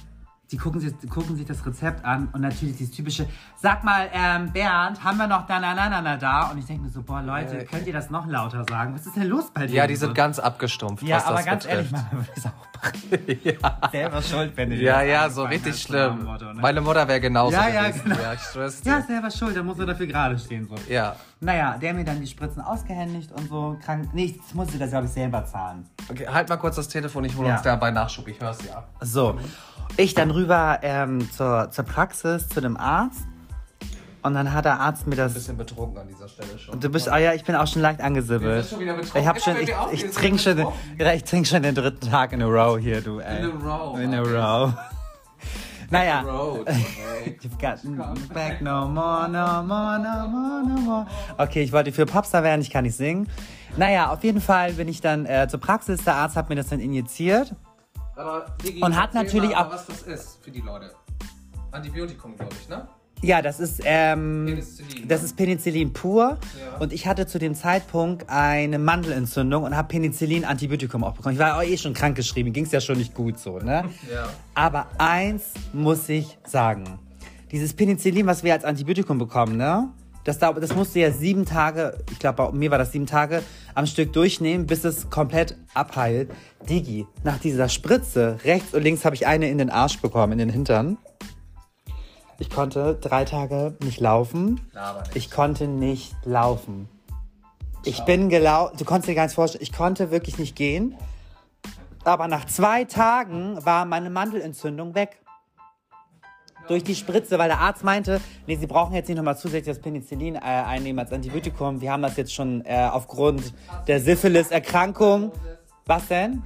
S2: die gucken sich, die gucken sich das Rezept an und natürlich dieses typische, sag mal, ähm, Bernd, haben wir noch da, na, na, na, na, da? Und ich denke mir so, boah, Leute, äh, könnt ihr das noch lauter sagen? Was ist denn los bei dir?
S1: Ja, die sind ganz abgestumpft,
S2: ja,
S1: was
S2: aber
S1: das
S2: ganz
S1: betrifft.
S2: ehrlich, man würde es auch machen. Ja. Selber schuld, wenn du
S1: Ja, ja, so richtig schlimm. Motto, ne? Meine Mutter wäre genauso
S2: ja, ja,
S1: gewesen.
S2: genau.
S1: Ja, ich schwör's dir.
S2: Ja, selber schuld, da muss er dafür gerade stehen. So.
S1: Ja.
S2: Naja, der hat mir dann die Spritzen ausgehändigt und so. Krank. Nee, ich musste das, glaube ich, selber zahlen.
S1: Okay, halt mal kurz das Telefon, ich hole
S2: ja.
S1: uns dabei Nachschub, ich hör's ja.
S2: So, ich dann rüber ähm, zur, zur Praxis, zu dem Arzt. Und dann hat der Arzt mir das...
S1: Ein bisschen betrunken an dieser Stelle schon.
S2: Und du bist, ah ja, ich bin auch schon leicht angesibbelt.
S1: Du bist schon wieder betrunken.
S2: Ich hab schon, ich, ich, ich trinke schon, den, ja, ich trink schon den dritten Tag in a row hier, du, ey.
S1: In a row.
S2: In a row. Naja.
S1: Road, okay.
S2: You've got back no more, no more, no more, no more. Okay, ich wollte für Popstar werden, ich kann nicht singen. Naja, auf jeden Fall bin ich dann äh, zur Praxis. Der Arzt hat mir das dann injiziert.
S1: Aber Digi,
S2: und hat natürlich
S1: mal,
S2: auch...
S1: was das ist für die Leute. Antibiotikum, glaube ich, ne?
S2: Ja, das ist, ähm,
S1: Penicillin,
S2: das
S1: ne?
S2: ist Penicillin pur.
S1: Ja.
S2: Und ich hatte zu dem Zeitpunkt eine Mandelentzündung und habe Penicillin-Antibiotikum auch bekommen. Ich war auch eh schon krankgeschrieben, ging es ja schon nicht gut so, ne?
S1: Ja.
S2: Aber eins muss ich sagen. Dieses Penicillin, was wir als Antibiotikum bekommen, ne? Das, das musst du ja sieben Tage, ich glaube, bei mir war das sieben Tage, am Stück durchnehmen, bis es komplett abheilt. Digi, nach dieser Spritze, rechts und links habe ich eine in den Arsch bekommen, in den Hintern. Ich konnte drei Tage nicht laufen.
S1: Aber nicht.
S2: Ich konnte nicht laufen. Ich Schau. bin gelaufen, du konntest dir gar nicht vorstellen, ich konnte wirklich nicht gehen. Aber nach zwei Tagen war meine Mandelentzündung weg. Durch die Spritze, weil der Arzt meinte, nee, Sie brauchen jetzt nicht nochmal zusätzlich das Penicillin äh, einnehmen als Antibiotikum. Wir haben das jetzt schon äh, aufgrund der Syphilis-Erkrankung. Was denn?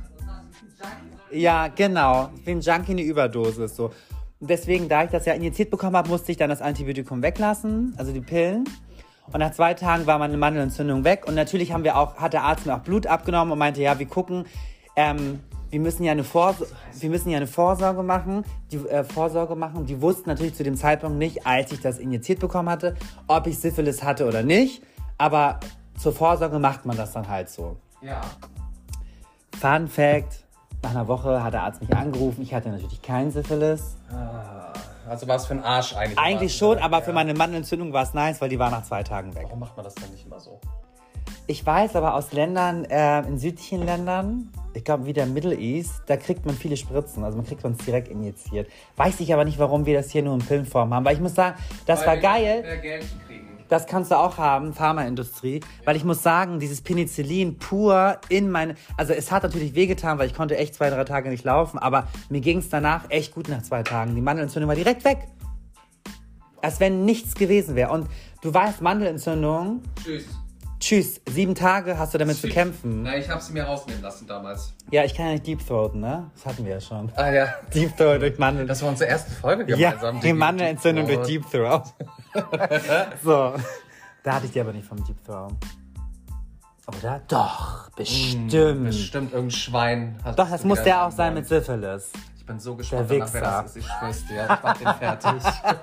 S2: Ja, genau. Wie ein Junkie eine Überdosis. So. Und deswegen, da ich das ja injiziert bekommen habe, musste ich dann das Antibiotikum weglassen, also die Pillen. Und nach zwei Tagen war meine Mandelentzündung weg. Und natürlich haben wir auch, hat der Arzt mir auch Blut abgenommen und meinte, ja, wir gucken, ähm, wir müssen ja eine, Vors- wir müssen ja eine Vorsorge machen. Die äh, Vorsorge machen. Die wussten natürlich zu dem Zeitpunkt nicht, als ich das injiziert bekommen hatte, ob ich Syphilis hatte oder nicht. Aber zur Vorsorge macht man das dann halt so.
S1: Ja.
S2: Fun Fact. Nach einer Woche hat der Arzt mich angerufen. Ich hatte natürlich keinen Syphilis.
S1: Also war es für den Arsch eigentlich?
S2: Eigentlich schon, aber ja. Für meine Mandelentzündung war es nice, weil die war nach zwei Tagen weg.
S1: Warum macht man das denn nicht immer so?
S2: Ich weiß, aber aus Ländern, äh, in südlichen Ländern, ich glaube wie der Middle East, da kriegt man viele Spritzen. Also man kriegt uns direkt injiziert. Weiß ich aber nicht, warum wir das hier nur in Pillenform haben. Weil ich muss sagen, das
S1: weil
S2: war
S1: wir
S2: geil.
S1: Mehr Geld kriegen.
S2: Das kannst du auch haben, Pharmaindustrie. Weil ich muss sagen, dieses Penicillin pur in meine... Also es hat natürlich wehgetan, weil ich konnte echt zwei, drei Tage nicht laufen. Aber mir ging es danach echt gut nach zwei Tagen. Die Mandelentzündung war direkt weg. Als wenn nichts gewesen wäre. Und du weißt, Mandelentzündung...
S1: Tschüss.
S2: Tschüss. Sieben Tage hast du damit
S1: Tschüss.
S2: zu kämpfen.
S1: Na, ich habe sie mir rausnehmen lassen damals.
S2: Ja, ich kann ja nicht Deep Throaten, ne? Das hatten wir ja schon.
S1: Ah ja.
S2: Deep Throat durch Mandel.
S1: Das war unsere erste Folge
S2: ja,
S1: gemeinsam.
S2: die Mandelentzündung
S1: Deep
S2: durch Deep Throat. So. Da hatte ich die aber nicht vom Deep Throat. Oder? Doch, bestimmt.
S1: Mm, bestimmt irgendein Schwein. Hat
S2: Doch, das muss der auch sein mit Syphilis.
S1: Ich bin so gespannt,
S2: der
S1: danach, wer das ist. Ich schwör's dir. Ich mach den fertig.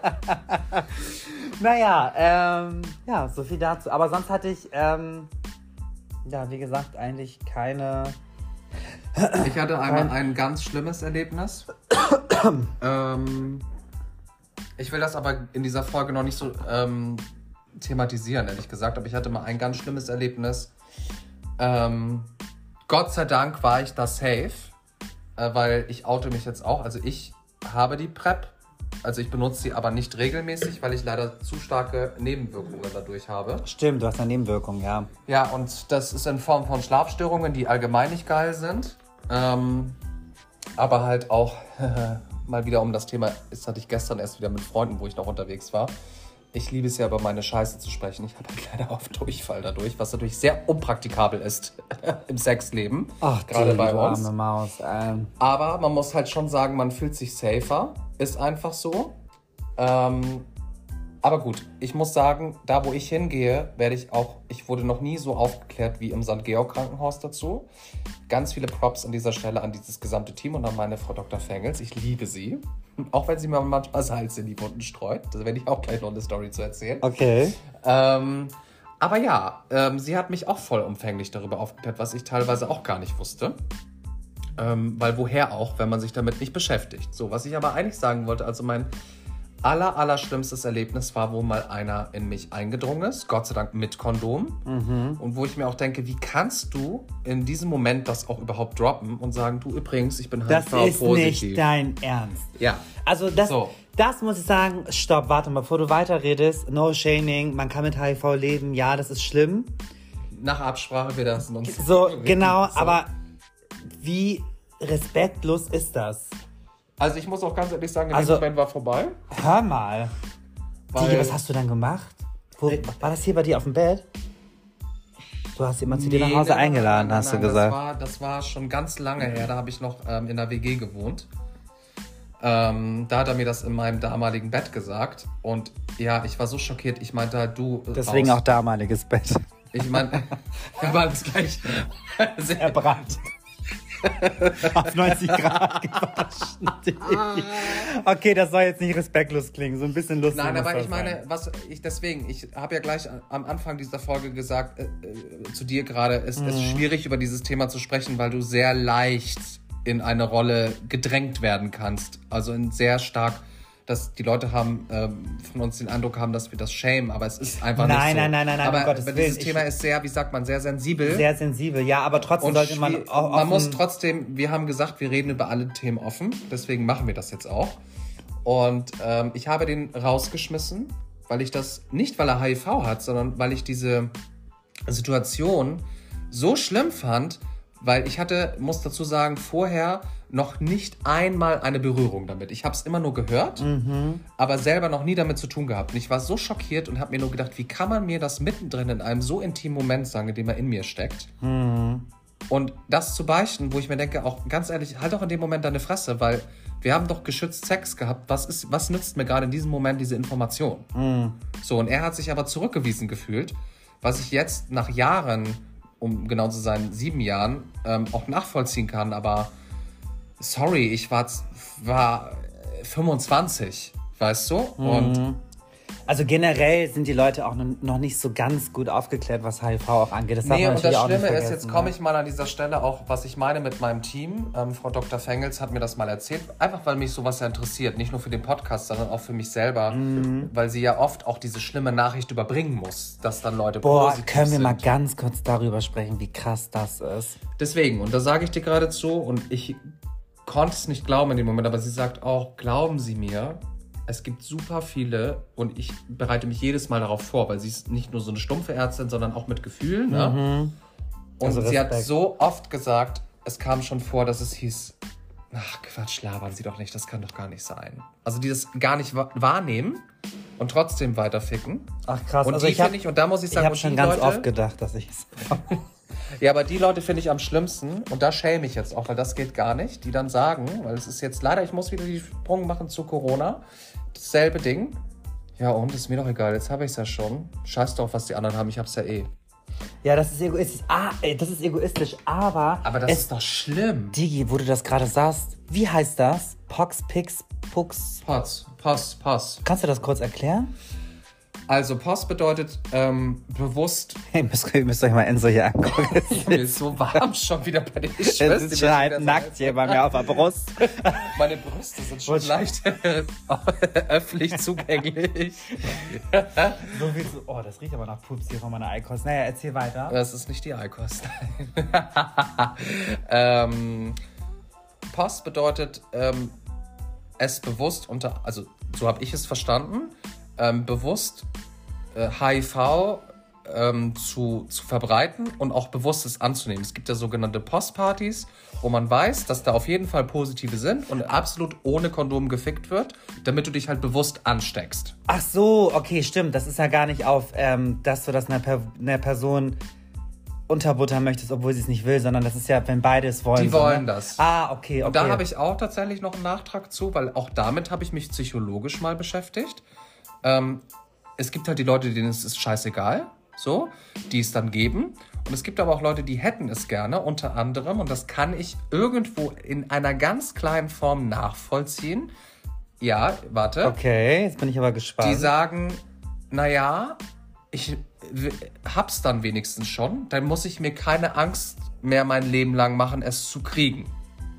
S2: Naja, ähm, ja, so viel dazu. Aber sonst hatte ich, ähm, ja, wie gesagt, eigentlich keine...
S1: Ich hatte einmal ein ganz schlimmes Erlebnis. ähm, ich will das aber in dieser Folge noch nicht so ähm, thematisieren, ehrlich gesagt. Aber ich hatte mal ein ganz schlimmes Erlebnis. Ähm, Gott sei Dank war ich da safe, äh, weil ich oute mich jetzt auch. Also ich habe die PrEP. Also ich benutze sie aber nicht regelmäßig, weil ich leider zu starke Nebenwirkungen dadurch habe.
S2: Stimmt, du hast eine Nebenwirkung, ja.
S1: Ja, und das ist in Form von Schlafstörungen, die allgemein nicht geil sind. Ähm, aber halt auch, mal wieder um das Thema, das hatte ich gestern erst wieder mit Freunden, wo ich noch unterwegs war. Ich liebe es ja, über meine Scheiße zu sprechen. Ich habe halt leider oft Durchfall dadurch, was natürlich sehr unpraktikabel ist im Sexleben.
S2: Ach,
S1: gerade
S2: die,
S1: bei
S2: du
S1: uns.
S2: arme Maus. Ähm.
S1: Aber man muss halt schon sagen, man fühlt sich safer. Ist einfach so. Ähm, aber gut, ich muss sagen, da wo ich hingehe, werde ich auch, ich wurde noch nie so aufgeklärt wie im Sankt Georg Krankenhaus dazu. Ganz viele Props an dieser Stelle an dieses gesamte Team und an meine Frau Doktor Fengels. Ich liebe sie. Auch wenn sie mir manchmal Salz in die Wunden streut. Da werde ich auch gleich noch eine Story zu erzählen.
S2: Okay.
S1: Ähm, aber ja, ähm, sie hat mich auch vollumfänglich darüber aufgeklärt, was ich teilweise auch gar nicht wusste. Ähm, weil woher auch, wenn man sich damit nicht beschäftigt. So, was ich aber eigentlich sagen wollte, also mein aller, aller schlimmstes Erlebnis war, wo mal einer in mich eingedrungen ist, Gott sei Dank mit Kondom. Mhm. Und wo ich mir auch denke, wie kannst du in diesem Moment das auch überhaupt droppen und sagen, du übrigens, ich bin H I V-positiv.
S2: Das ist nicht dein Ernst.
S1: Ja.
S2: Also das,
S1: so.
S2: das muss ich sagen, stopp, warte mal, bevor du weiterredest, no shaming, man kann mit H I V leben, ja, das ist schlimm.
S1: Nach Absprache, wir lassen uns...
S2: So, genau, so. Aber wie respektlos ist das?
S1: Also ich muss auch ganz ehrlich sagen, der
S2: also,
S1: Moment war vorbei.
S2: Hör mal. Weil, Digi, was hast du dann gemacht? Wo, war das hier bei dir auf dem Bett? Du hast jemanden zu dir nach Hause nein, eingeladen, nein, nein, hast nein, du gesagt.
S1: Das war, das war schon ganz lange her, da habe ich noch ähm, in der W G gewohnt. Ähm, da hat er mir das in meinem damaligen Bett gesagt. Und ja, ich war so schockiert, ich meinte halt, du...
S2: Deswegen raus. Auch damaliges Bett.
S1: Ich meine, er war das gleich
S2: sehr erbrannt. Auf neunzig Grad gewaschen. Okay, das soll jetzt nicht respektlos klingen, so ein bisschen lustig.
S1: Nein, aber ich meine, was ich deswegen, ich habe ja gleich am Anfang dieser Folge gesagt, äh, äh, zu dir gerade, es mhm. ist schwierig über dieses Thema zu sprechen, weil du sehr leicht in eine Rolle gedrängt werden kannst. Also in sehr stark, dass die Leute haben ähm, von uns den Eindruck haben, dass wir das shamen, aber es ist einfach
S2: nein,
S1: nicht so.
S2: Nein, nein, nein, nein,
S1: aber,
S2: um Gottes
S1: aber
S2: Willen.
S1: dieses Thema ist sehr, wie sagt man, sehr sensibel.
S2: Sehr sensibel, ja, aber trotzdem
S1: und
S2: sollte man auch
S1: Man muss trotzdem, wir haben gesagt, wir reden über alle Themen offen, deswegen machen wir das jetzt auch. Und ähm, ich habe den rausgeschmissen, weil ich das, nicht weil er H I V hat, sondern weil ich diese Situation so schlimm fand, weil ich hatte, muss dazu sagen, vorher noch nicht einmal eine Berührung damit. Ich habe es immer nur gehört, mhm. aber selber noch nie damit zu tun gehabt. Und ich war so schockiert und habe mir nur gedacht, wie kann man mir das mittendrin in einem so intimen Moment sagen, in dem er in mir steckt? Mhm. Und das zu beichten, wo ich mir denke, auch ganz ehrlich, halt doch in dem Moment deine Fresse, weil wir haben doch geschützt Sex gehabt. Was ist, was nützt mir gerade in diesem Moment diese Information? Mhm. So, und er hat sich aber zurückgewiesen gefühlt, was ich jetzt nach Jahren, um genau zu sein, sieben Jahren, ähm, auch nachvollziehen kann, aber sorry, ich war, war fünfundzwanzig, weißt du?
S2: Mhm.
S1: Und
S2: also generell sind die Leute auch noch nicht so ganz gut aufgeklärt, was H I V auch angeht. Das darf
S1: nee,
S2: man
S1: und das
S2: auch
S1: Schlimme ist, jetzt komme ich mal an dieser Stelle auch, was ich meine mit meinem Team. Ähm, Frau Doktor Fengels hat mir das mal erzählt, einfach weil mich sowas ja interessiert. Nicht nur für den Podcast, sondern auch für mich selber. Mhm. Weil sie ja oft auch diese schlimme Nachricht überbringen muss, dass dann Leute
S2: Boah,
S1: positiv
S2: können wir
S1: sind.
S2: mal ganz kurz darüber sprechen, wie krass das ist.
S1: Deswegen, und da sage ich dir geradezu, und ich konnte es nicht glauben in dem Moment, aber sie sagt auch, glauben Sie mir, es gibt super viele, und ich bereite mich jedes Mal darauf vor, weil sie ist nicht nur so eine stumpfe Ärztin, sondern auch mit Gefühl. Ne? Mhm. Und also sie hat so oft gesagt, es kam schon vor, dass es hieß, ach Quatsch, labern Sie doch nicht, das kann doch gar nicht sein. Also die das gar nicht wahrnehmen und trotzdem weiterficken.
S2: Ach krass.
S1: Und
S2: also
S1: die
S2: ich hab,
S1: finde ich, und da muss ich sagen,
S2: ich habe schon ganz
S1: Leute,
S2: oft gedacht, dass ich es
S1: ja, aber die Leute finde ich am schlimmsten, und da schäme ich jetzt auch, weil das geht gar nicht, die dann sagen, weil es ist jetzt leider, ich muss wieder die Sprung machen zu Corona, dasselbe Ding. Ja, und ist mir doch egal, jetzt habe ich es ja schon. Scheiß drauf, was die anderen haben, ich habe es ja eh.
S2: Ja, das ist egoistisch, ah, das ist egoistisch, aber...
S1: Aber das es, ist doch schlimm.
S2: Digi, wo du das gerade sagst, wie heißt das? Pox, Pix, Pux...
S1: Pots, Pos, Pos.
S2: Kannst du das kurz erklären?
S1: Also Pos bedeutet ähm, bewusst...
S2: Hey, müsst, müsst euch mal Enzo hier angucken.
S1: Mir ist so warm schon wieder bei den Schwestern.
S2: Es ist schon halb nackt hier bei mir auf der Brust.
S1: Meine Brüste sind schon leicht öffentlich zugänglich.
S2: So viel zu... Oh, das riecht aber nach Pups hier von meiner Eikost. Naja, erzähl weiter.
S1: Das ist nicht die Eikost. ähm, Pos bedeutet ähm, es bewusst unter... Also so habe ich es verstanden... Ähm, bewusst äh, H I V ähm, zu, zu verbreiten und auch bewusst es anzunehmen. Es gibt ja sogenannte Postpartys, wo man weiß, dass da auf jeden Fall positive sind und absolut ohne Kondom gefickt wird, damit du dich halt bewusst ansteckst.
S2: Ach so, okay, stimmt. Das ist ja gar nicht auf, ähm, dass du das einer, per- einer Person unterbuttern möchtest, obwohl sie es nicht will, sondern das ist ja, wenn beide es wollen.
S1: Die
S2: so,
S1: wollen
S2: ne?
S1: das.
S2: Ah, okay, okay.
S1: Und da habe ich auch tatsächlich noch einen Nachtrag zu, weil auch damit habe ich mich psychologisch mal beschäftigt. Ähm, es gibt halt die Leute, denen ist es scheißegal, so, die es dann geben. Und es gibt aber auch Leute, die hätten es gerne, unter anderem, und das kann ich irgendwo in einer ganz kleinen Form nachvollziehen. Ja, warte.
S2: Okay, jetzt bin ich aber gespannt.
S1: Die sagen, naja, ich w- hab's dann wenigstens schon, dann muss ich mir keine Angst mehr mein Leben lang machen, es zu kriegen.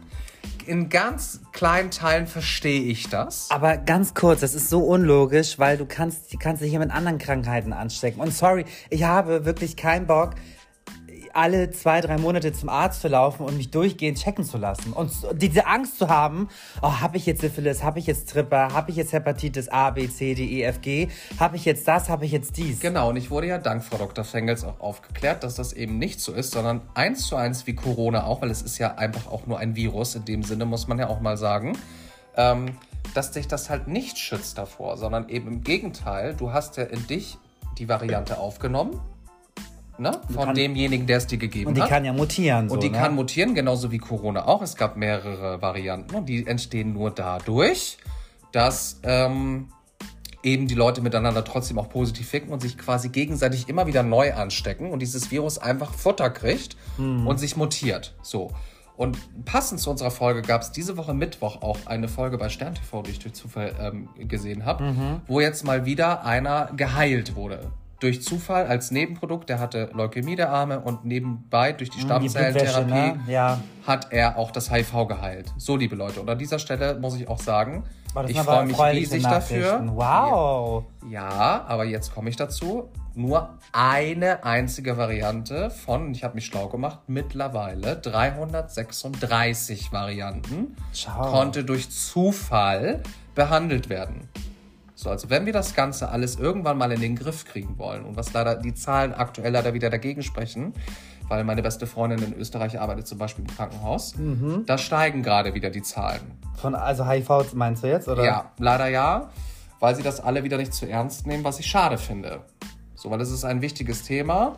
S1: in ganz kleinen Teilen verstehe ich das.
S2: Aber ganz kurz, das ist so unlogisch, weil du kannst, du kannst dich hier mit anderen Krankheiten anstecken. Und sorry, ich habe wirklich keinen Bock, alle zwei, drei Monate zum Arzt zu laufen und mich durchgehend checken zu lassen. Und diese Angst zu haben, oh, habe ich jetzt Syphilis, habe ich jetzt Tripper, habe ich jetzt Hepatitis A, B, C, D, E, F, G, habe ich jetzt das, habe ich jetzt dies.
S1: Genau, und ich wurde ja dank Frau Doktor Fengels auch aufgeklärt, dass das eben nicht so ist, sondern eins zu eins wie Corona auch, weil es ist ja einfach auch nur ein Virus, in dem Sinne muss man ja auch mal sagen, ähm, dass dich das halt nicht schützt davor, sondern eben im Gegenteil, du hast ja in dich die Variante aufgenommen, ne? Von
S2: kann,
S1: demjenigen, der es dir gegeben hat.
S2: Und die
S1: hat.
S2: kann ja mutieren. So,
S1: und die
S2: ne?
S1: kann mutieren, genauso wie Corona auch. Es gab mehrere Varianten und die entstehen nur dadurch, dass ähm, eben die Leute miteinander trotzdem auch positiv ficken und sich quasi gegenseitig immer wieder neu anstecken und dieses Virus einfach Futter kriegt mhm. und sich mutiert. So. Und passend zu unserer Folge gab es diese Woche Mittwoch auch eine Folge bei Stern T V, die ich durch Zufall ähm, gesehen habe, mhm. wo jetzt mal wieder einer geheilt wurde. Durch Zufall als Nebenprodukt, der hatte Leukämie der Arme und nebenbei durch die Stammzellentherapie
S2: ne? ja.
S1: hat er auch das H I V geheilt. So, liebe Leute. Und an dieser Stelle muss ich auch sagen, ich
S2: freue
S1: mich riesig dafür.
S2: Wow.
S1: Ja, aber jetzt komme ich dazu. Nur eine einzige Variante von, ich habe mich schlau gemacht, mittlerweile dreihundertsechsunddreißig Varianten
S2: Ciao.
S1: konnte durch Zufall behandelt werden. So, also wenn wir das Ganze alles irgendwann mal in den Griff kriegen wollen und was leider die Zahlen aktuell leider wieder dagegen sprechen, weil meine beste Freundin in Österreich arbeitet zum Beispiel im Krankenhaus, mhm. da steigen gerade wieder die Zahlen.
S2: Von, also H I V meinst du jetzt, oder?
S1: Ja, leider ja, weil sie das alle wieder nicht zu ernst nehmen, was ich schade finde. So, weil das ist ein wichtiges Thema.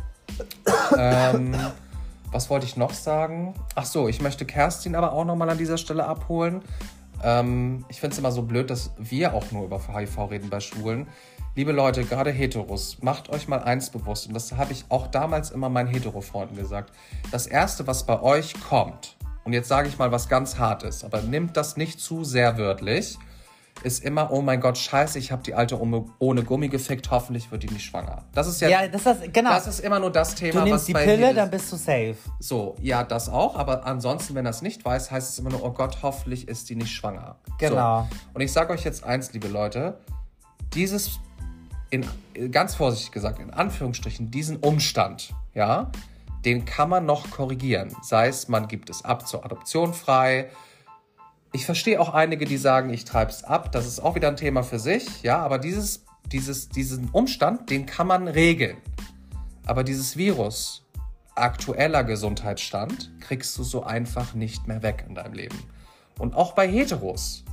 S1: ähm, was wollte ich noch sagen? Ach so, ich möchte Kerstin aber auch nochmal an dieser Stelle abholen. Ähm, ich finde es immer so blöd, dass wir auch nur über H I V reden bei Schwulen. Liebe Leute, gerade Heteros, macht euch mal eins bewusst. Und das habe ich auch damals immer meinen Hetero-Freunden gesagt. Das Erste, was bei euch kommt, und jetzt sage ich mal was ganz Hartes, aber nimmt das nicht zu sehr wörtlich, ist immer, oh mein Gott, scheiße, ich habe die Alte ohne Gummi gefickt, hoffentlich wird die nicht schwanger. Das ist ja,
S2: ja das, ist, genau.
S1: das ist immer nur das Thema,
S2: du nimmst
S1: was
S2: die
S1: bei
S2: Pille,
S1: jedes,
S2: dann bist du safe.
S1: So, ja, das auch, aber ansonsten, wenn er es nicht weiß, heißt es immer nur, oh Gott, hoffentlich ist die nicht schwanger.
S2: Genau.
S1: So. Und ich sage euch jetzt eins, liebe Leute, dieses, in, ganz vorsichtig gesagt, in Anführungsstrichen, diesen Umstand, ja, den kann man noch korrigieren. Sei es, man gibt es ab zur Adoption frei. Ich verstehe auch einige, die sagen, ich treibe es ab. Das ist auch wieder ein Thema für sich. Ja, aber dieses, dieses, diesen Umstand, den kann man regeln. Aber dieses Virus, aktueller Gesundheitsstand, kriegst du so einfach nicht mehr weg in deinem Leben. Und auch bei Heteros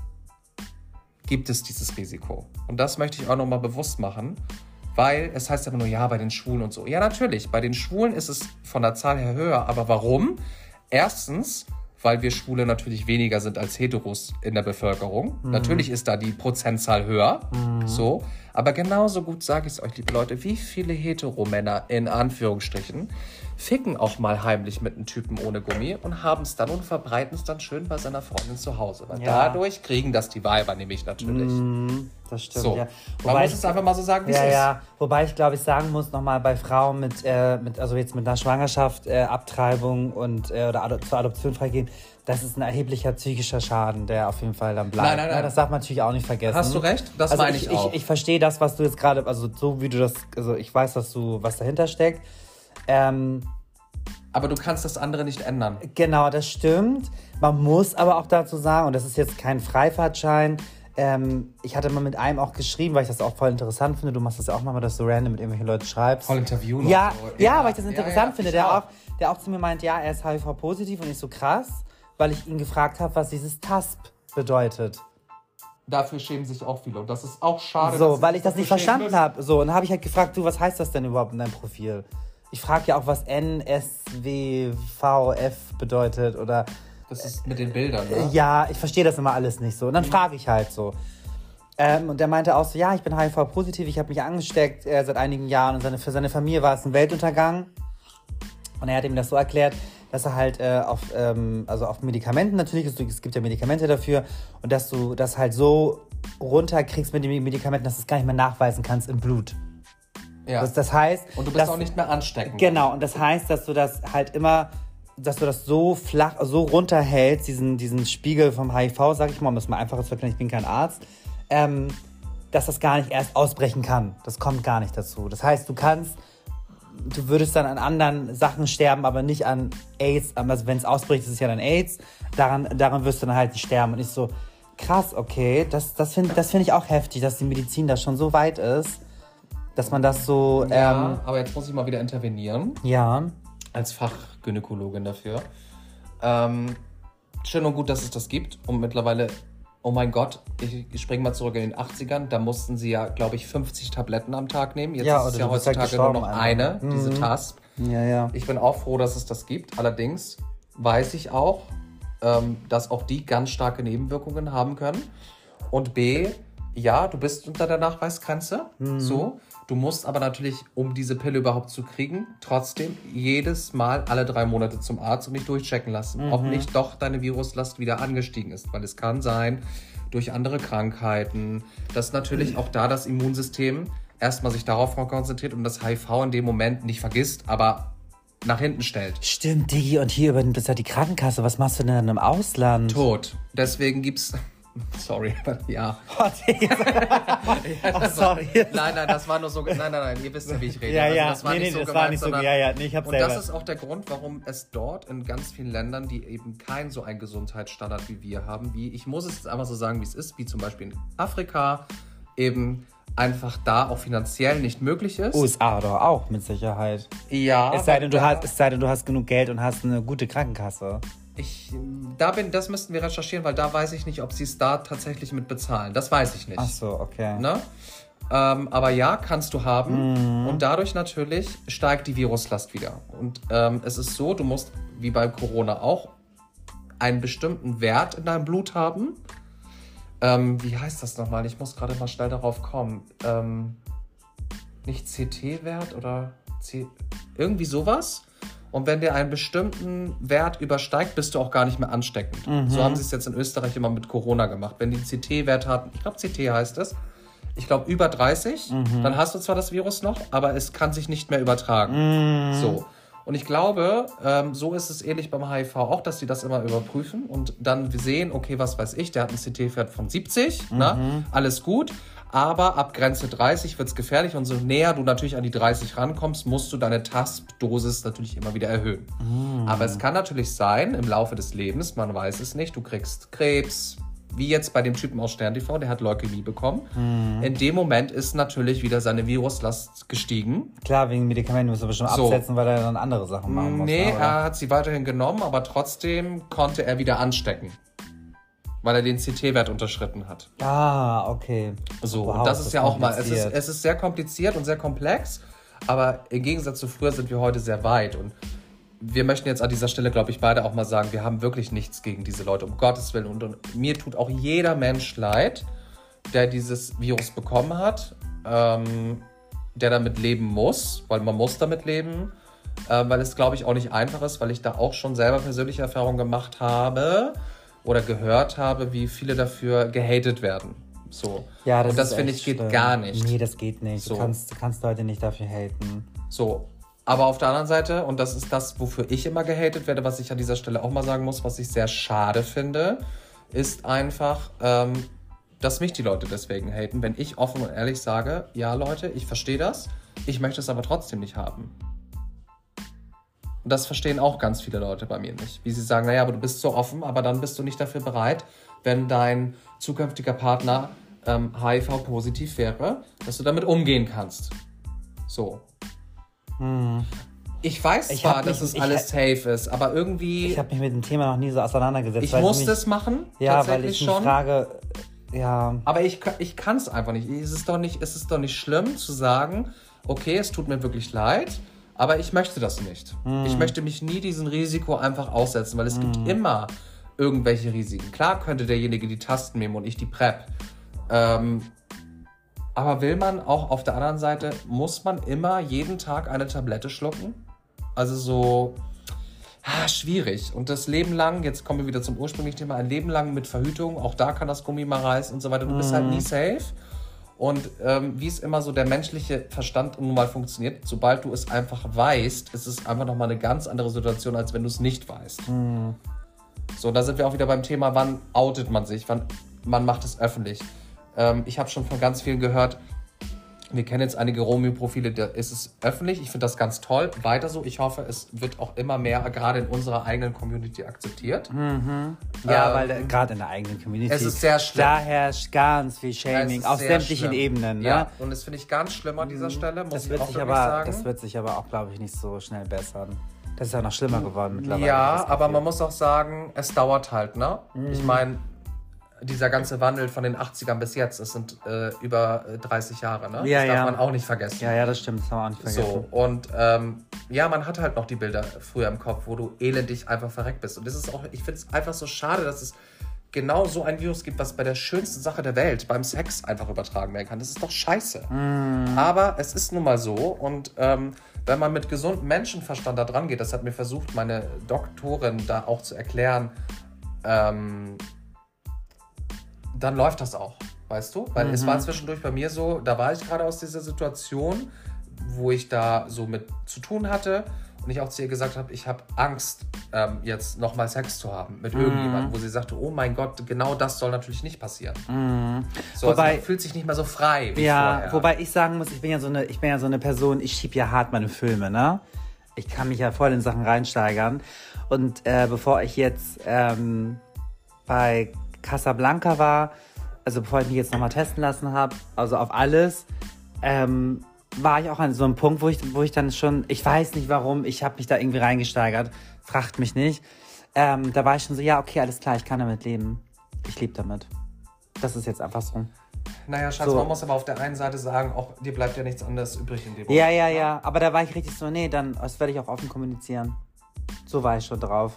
S1: gibt es dieses Risiko. Und das möchte ich auch nochmal bewusst machen, weil es heißt immer nur, ja, bei den Schwulen und so. Ja, natürlich, bei den Schwulen ist es von der Zahl her höher. Aber warum? Erstens, weil wir Schwule natürlich weniger sind als Heteros in der Bevölkerung. Mhm. Natürlich ist da die Prozentzahl höher, mhm. so. Aber genauso gut sage ich es euch, liebe Leute, wie viele Heteromänner, in Anführungsstrichen, ficken auch mal heimlich mit einem Typen ohne Gummi und haben es dann und verbreiten es dann schön bei seiner Freundin zu Hause. Weil ja. dadurch kriegen das die Weiber nämlich natürlich.
S2: Mhm, das stimmt,
S1: so.
S2: ja.
S1: Man
S2: Wobei
S1: muss es einfach mal so sagen, wie
S2: ja,
S1: es ist.
S2: Ja, wobei ich glaube, ich sagen muss, nochmal bei Frauen mit, äh, mit, also jetzt mit einer Schwangerschaft, äh, Abtreibung und, äh, oder Ado- zur Adoption freigehen, das ist ein erheblicher psychischer Schaden, der auf jeden Fall dann bleibt.
S1: Nein, nein, nein.
S2: Ja, das darf man natürlich auch nicht vergessen.
S1: Hast du recht? Das
S2: also
S1: meine ich,
S2: ich
S1: auch.
S2: Ich, ich verstehe das, was du jetzt gerade, also so wie du das, also ich weiß, dass du, was dahinter steckt. Ähm,
S1: aber du kannst das andere nicht ändern.
S2: Genau, das stimmt. Man muss aber auch dazu sagen, und das ist jetzt kein Freifahrtschein, ähm, ich hatte mal mit einem auch geschrieben, weil ich das auch voll interessant finde. Du machst das ja auch mal, dass du random mit irgendwelchen Leuten schreibst.
S1: Voll interviewen.
S2: Ja,
S1: so.
S2: ja, ja, weil ich das interessant
S1: ja, ja,
S2: finde. Der auch, der auch zu mir meint, ja, er ist H I V-positiv und ich so krass, weil ich ihn gefragt habe, was dieses T A S P bedeutet.
S1: Dafür schämen sich auch viele. Und das ist auch schade.
S2: So, weil ich das nicht verstanden habe. So, und dann habe ich halt gefragt, du, was heißt das denn überhaupt in deinem Profil? Ich frage ja auch, was N S W V F bedeutet oder...
S1: Das ist mit den Bildern, ne?
S2: Ja, ich verstehe das immer alles nicht so. Und dann mhm. frage ich halt so. Ähm, und der meinte auch so, ja, ich bin H I V-positiv, ich habe mich angesteckt äh, seit einigen Jahren und seine, für seine Familie war es ein Weltuntergang. Und er hat ihm das so erklärt, dass er halt äh, auf, ähm, also auf Medikamenten natürlich, es gibt ja Medikamente dafür, und dass du das halt so runterkriegst mit den Medikamenten, dass du es gar nicht mehr nachweisen kannst im Blut.
S1: Ja.
S2: Das, das heißt...
S1: Und du bist
S2: dass,
S1: auch nicht mehr ansteckend.
S2: Genau, und das heißt, dass du das halt immer dass du das so flach, so runterhältst, diesen, diesen Spiegel vom H I V, sag ich mal, um das mal einfacher zu erklären, ich bin kein Arzt, ähm, dass das gar nicht erst ausbrechen kann. Das kommt gar nicht dazu. Das heißt, du kannst, du würdest dann an anderen Sachen sterben, aber nicht an AIDS. Also wenn es ausbricht, ist es ja dann AIDS. Daran, daran wirst du dann halt nicht sterben. Und ich so, krass, okay, das, das finde das find ich auch heftig, dass die Medizin da schon so weit ist, dass man das so...
S1: Ja,
S2: ähm,
S1: aber jetzt muss ich mal wieder intervenieren.
S2: Ja.
S1: Als Fachgynäkologin dafür. Ähm, schön und gut, dass es das gibt. Und mittlerweile, oh mein Gott, ich, ich springe mal zurück in den achtzigern. Da mussten sie ja, glaube ich, fünfzig Tabletten am Tag nehmen. Jetzt
S2: ja,
S1: ist es ja heutzutage halt nur noch eine, mhm. diese T A S P.
S2: Ja, ja.
S1: Ich bin auch froh, dass es das gibt. Allerdings weiß ich auch, ähm, dass auch die ganz starke Nebenwirkungen haben können. Und B, ja, du bist unter der Nachweisgrenze. Mhm. So. Du musst aber natürlich, um diese Pille überhaupt zu kriegen, trotzdem jedes Mal alle drei Monate zum Arzt und dich durchchecken lassen, mhm. ob nicht doch deine Viruslast wieder angestiegen ist. Weil es kann sein, durch andere Krankheiten, dass natürlich auch da das Immunsystem erstmal sich darauf konzentriert und das H I V in dem Moment nicht vergisst, aber nach hinten stellt.
S2: Stimmt, Digi, und hier übernimmt das ja die Krankenkasse. Was machst du denn im Ausland?
S1: Tot. Deswegen gibt's... Sorry, ja.
S2: Oh, oh, sorry.
S1: Nein, nein, das war nur so. Nein, nein, nein, ihr wisst ja, wie ich rede.
S2: Ja, ja,
S1: also das war
S2: nee,
S1: nicht
S2: nee,
S1: so
S2: das
S1: gemeint,
S2: war nicht so.
S1: sondern,
S2: ja, ja, nee, ich hab's
S1: und
S2: selber.
S1: das ist auch der Grund, warum es dort in ganz vielen Ländern, die eben keinen so einen Gesundheitsstandard wie wir haben, wie, ich muss es jetzt einfach so sagen, wie es ist, wie zum Beispiel in Afrika, eben einfach da auch finanziell nicht möglich ist.
S2: U S A doch auch, mit Sicherheit.
S1: Ja.
S2: Es sei denn, du hast, es sei denn, du hast genug Geld und hast eine gute Krankenkasse.
S1: Ich, da bin, das müssten wir recherchieren, weil da weiß ich nicht, ob sie es da tatsächlich mit bezahlen. Das weiß ich nicht.
S2: Ach so, okay.
S1: Ne? Ähm, aber ja, kannst du haben. Mm. Und dadurch natürlich steigt die Viruslast wieder. Und ähm, es ist so, du musst, wie bei Corona auch, einen bestimmten Wert in deinem Blut haben. Ähm, wie heißt das nochmal? Ich muss gerade mal schnell darauf kommen. Ähm, nicht C T-Wert oder C... irgendwie sowas. Und wenn der einen bestimmten Wert übersteigt, bist du auch gar nicht mehr ansteckend. Mhm. So haben sie es jetzt in Österreich immer mit Corona gemacht. Wenn die einen C T-Wert hatten, ich glaube C T heißt es, ich glaube über dreißig, mhm. dann hast du zwar das Virus noch, aber es kann sich nicht mehr übertragen. Mhm. So. Und ich glaube, ähm, so ist es ähnlich beim H I V auch, dass sie das immer überprüfen und dann sehen, okay, was weiß ich, der hat einen C T-Wert von siebzig, mhm. ne? Alles gut. Aber ab Grenze dreißig wird es gefährlich und so näher du natürlich an die dreißig rankommst, musst du deine T A S P-Dosis natürlich immer wieder erhöhen. Mm. Aber es kann natürlich sein, im Laufe des Lebens, man weiß es nicht, du kriegst Krebs, wie jetzt bei dem Typen aus Stern T V, der hat Leukämie bekommen. Mm. In dem Moment ist natürlich wieder seine Viruslast gestiegen.
S2: Klar, wegen Medikamenten musst du bestimmt so absetzen, weil er dann andere Sachen machen muss.
S1: Nee, oder? Er hat sie weiterhin genommen, aber trotzdem konnte er wieder anstecken. Weil er den C T-Wert unterschritten hat.
S2: Ah, okay.
S1: So,
S2: wow,
S1: und das ist, ist ja auch mal, es ist,
S2: es
S1: ist sehr kompliziert und sehr komplex, aber im Gegensatz zu früher sind wir heute sehr weit. Und wir möchten jetzt an dieser Stelle, glaube ich, beide auch mal sagen, wir haben wirklich nichts gegen diese Leute, um Gottes Willen. Und, und mir tut auch jeder Mensch leid, der dieses Virus bekommen hat, ähm, der damit leben muss, weil man muss damit leben, äh, weil es, glaube ich, auch nicht einfach ist, weil ich da auch schon selber persönliche Erfahrungen gemacht habe, oder gehört habe, wie viele dafür gehatet werden. So.
S2: Ja, das
S1: und das, finde ich, geht
S2: schlimm.
S1: gar nicht.
S2: Nee, das geht nicht.
S1: So.
S2: Du, kannst, du kannst Leute nicht dafür haten.
S1: So. Aber auf der anderen Seite, und das ist das, wofür ich immer gehatet werde, was ich an dieser Stelle auch mal sagen muss, was ich sehr schade finde, ist einfach, ähm, dass mich die Leute deswegen haten, wenn ich offen und ehrlich sage, ja Leute, ich verstehe das, ich möchte es aber trotzdem nicht haben. Und das verstehen auch ganz viele Leute bei mir nicht. Wie sie sagen, naja, aber du bist so offen, aber dann bist du nicht dafür bereit, wenn dein zukünftiger Partner ähm, H I V-positiv wäre, dass du damit umgehen kannst. So. Hm. Ich weiß
S2: ich
S1: zwar,
S2: mich,
S1: dass es
S2: ich,
S1: alles safe ist, aber irgendwie...
S2: Ich habe mich mit dem Thema noch nie so auseinandergesetzt.
S1: Ich musste es machen,
S2: ja,
S1: tatsächlich
S2: weil ich
S1: schon.
S2: mich frage, ja...
S1: Aber ich, ich kann es einfach nicht. Es ist, doch nicht. es ist doch nicht schlimm zu sagen, okay, es tut mir wirklich leid, aber ich möchte das nicht. Mm. Ich möchte mich nie diesem Risiko einfach aussetzen, weil es mm. gibt immer irgendwelche Risiken. Klar könnte derjenige die Tasten nehmen und ich die PrEP. Ähm, aber will man auch auf der anderen Seite, muss man immer jeden Tag eine Tablette schlucken? Also so, ah, schwierig. Und das Leben lang, jetzt kommen wir wieder zum ursprünglichen Thema, ein Leben lang mit Verhütung, auch da kann das Gummi mal reißen und so weiter. Du mm. bist halt nie safe. Und ähm, wie es immer so der menschliche Verstand nun mal funktioniert, sobald du es einfach weißt, ist es einfach nochmal eine ganz andere Situation, als wenn du es nicht weißt.
S2: Mhm.
S1: So, da sind wir auch wieder beim Thema, wann outet man sich, wann man macht es öffentlich. Ähm, ich habe schon von ganz vielen gehört, wir kennen jetzt einige Romeo-Profile, da ist es öffentlich. Ich finde das ganz toll. Weiter so. Ich hoffe, es wird auch immer mehr, gerade in unserer eigenen Community, akzeptiert.
S2: Mhm. Ja,
S1: ähm,
S2: weil gerade in der eigenen Community.
S1: Es ist sehr schlimm.
S2: Da herrscht ganz viel Shaming auf sämtlichen
S1: schlimm.
S2: Ebenen. Ne?
S1: Ja, und das finde ich ganz schlimm an dieser Stelle, muss
S2: das
S1: ich
S2: wird
S1: auch
S2: sich
S1: wirklich
S2: aber,
S1: sagen.
S2: Das wird sich aber auch, glaube ich, nicht so schnell bessern. Das ist ja noch schlimmer geworden mittlerweile.
S1: Ja, aber man muss auch sagen, es dauert halt, ne? Mhm. Ich meine, dieser ganze Wandel von den achtzigern bis jetzt, es sind äh, über dreißig Jahre, ne?
S2: Ja,
S1: das darf
S2: ja.
S1: man auch nicht vergessen.
S2: Ja, ja, das stimmt, das haben wir auch nicht vergessen.
S1: So, und ähm, ja, man hat halt noch die Bilder früher im Kopf, wo du elendig einfach verreckt bist. Und das ist auch, ich finde es einfach so schade, dass es genau so ein Virus gibt, was bei der schönsten Sache der Welt, beim Sex, einfach übertragen werden kann. Das ist doch scheiße. Mm. Aber es ist nun mal so und ähm, wenn man mit gesundem Menschenverstand da dran geht, das hat mir versucht, meine Doktorin da auch zu erklären, ähm, dann läuft das auch, weißt du? Weil mhm. es war zwischendurch bei mir so, da war ich gerade aus dieser Situation, wo ich da so mit zu tun hatte und ich auch zu ihr gesagt habe, ich habe Angst, ähm, jetzt nochmal Sex zu haben mit mhm. irgendjemandem, wo sie sagte, oh mein Gott, genau das soll natürlich nicht passieren. Mhm. So, wobei, also man fühlt sich nicht mehr so frei wie
S2: ja,
S1: vorher.
S2: Wobei ich sagen muss, ich bin ja so eine, ich bin ja so eine Person, ich schiebe ja hart meine Filme, ne? Ich kann mich ja voll in Sachen reinsteigern. Und äh, bevor ich jetzt ähm, bei Casablanca war, also bevor ich mich jetzt nochmal testen lassen habe, also auf alles, ähm, war ich auch an so einem Punkt, wo ich, wo ich dann schon, ich weiß nicht warum, ich habe mich da irgendwie reingesteigert, fragt mich nicht. Ähm, da war ich schon so, ja, okay, alles klar, ich kann damit leben. Ich lebe damit. Das ist jetzt einfach so.
S1: Naja, Schatz,
S2: so.
S1: Man muss aber auf der einen Seite sagen, auch dir bleibt ja nichts anderes übrig in dem Moment.
S2: Ja, ja, ja, aber da war ich richtig so, nee, dann, das werde ich auch offen kommunizieren. So war ich schon drauf.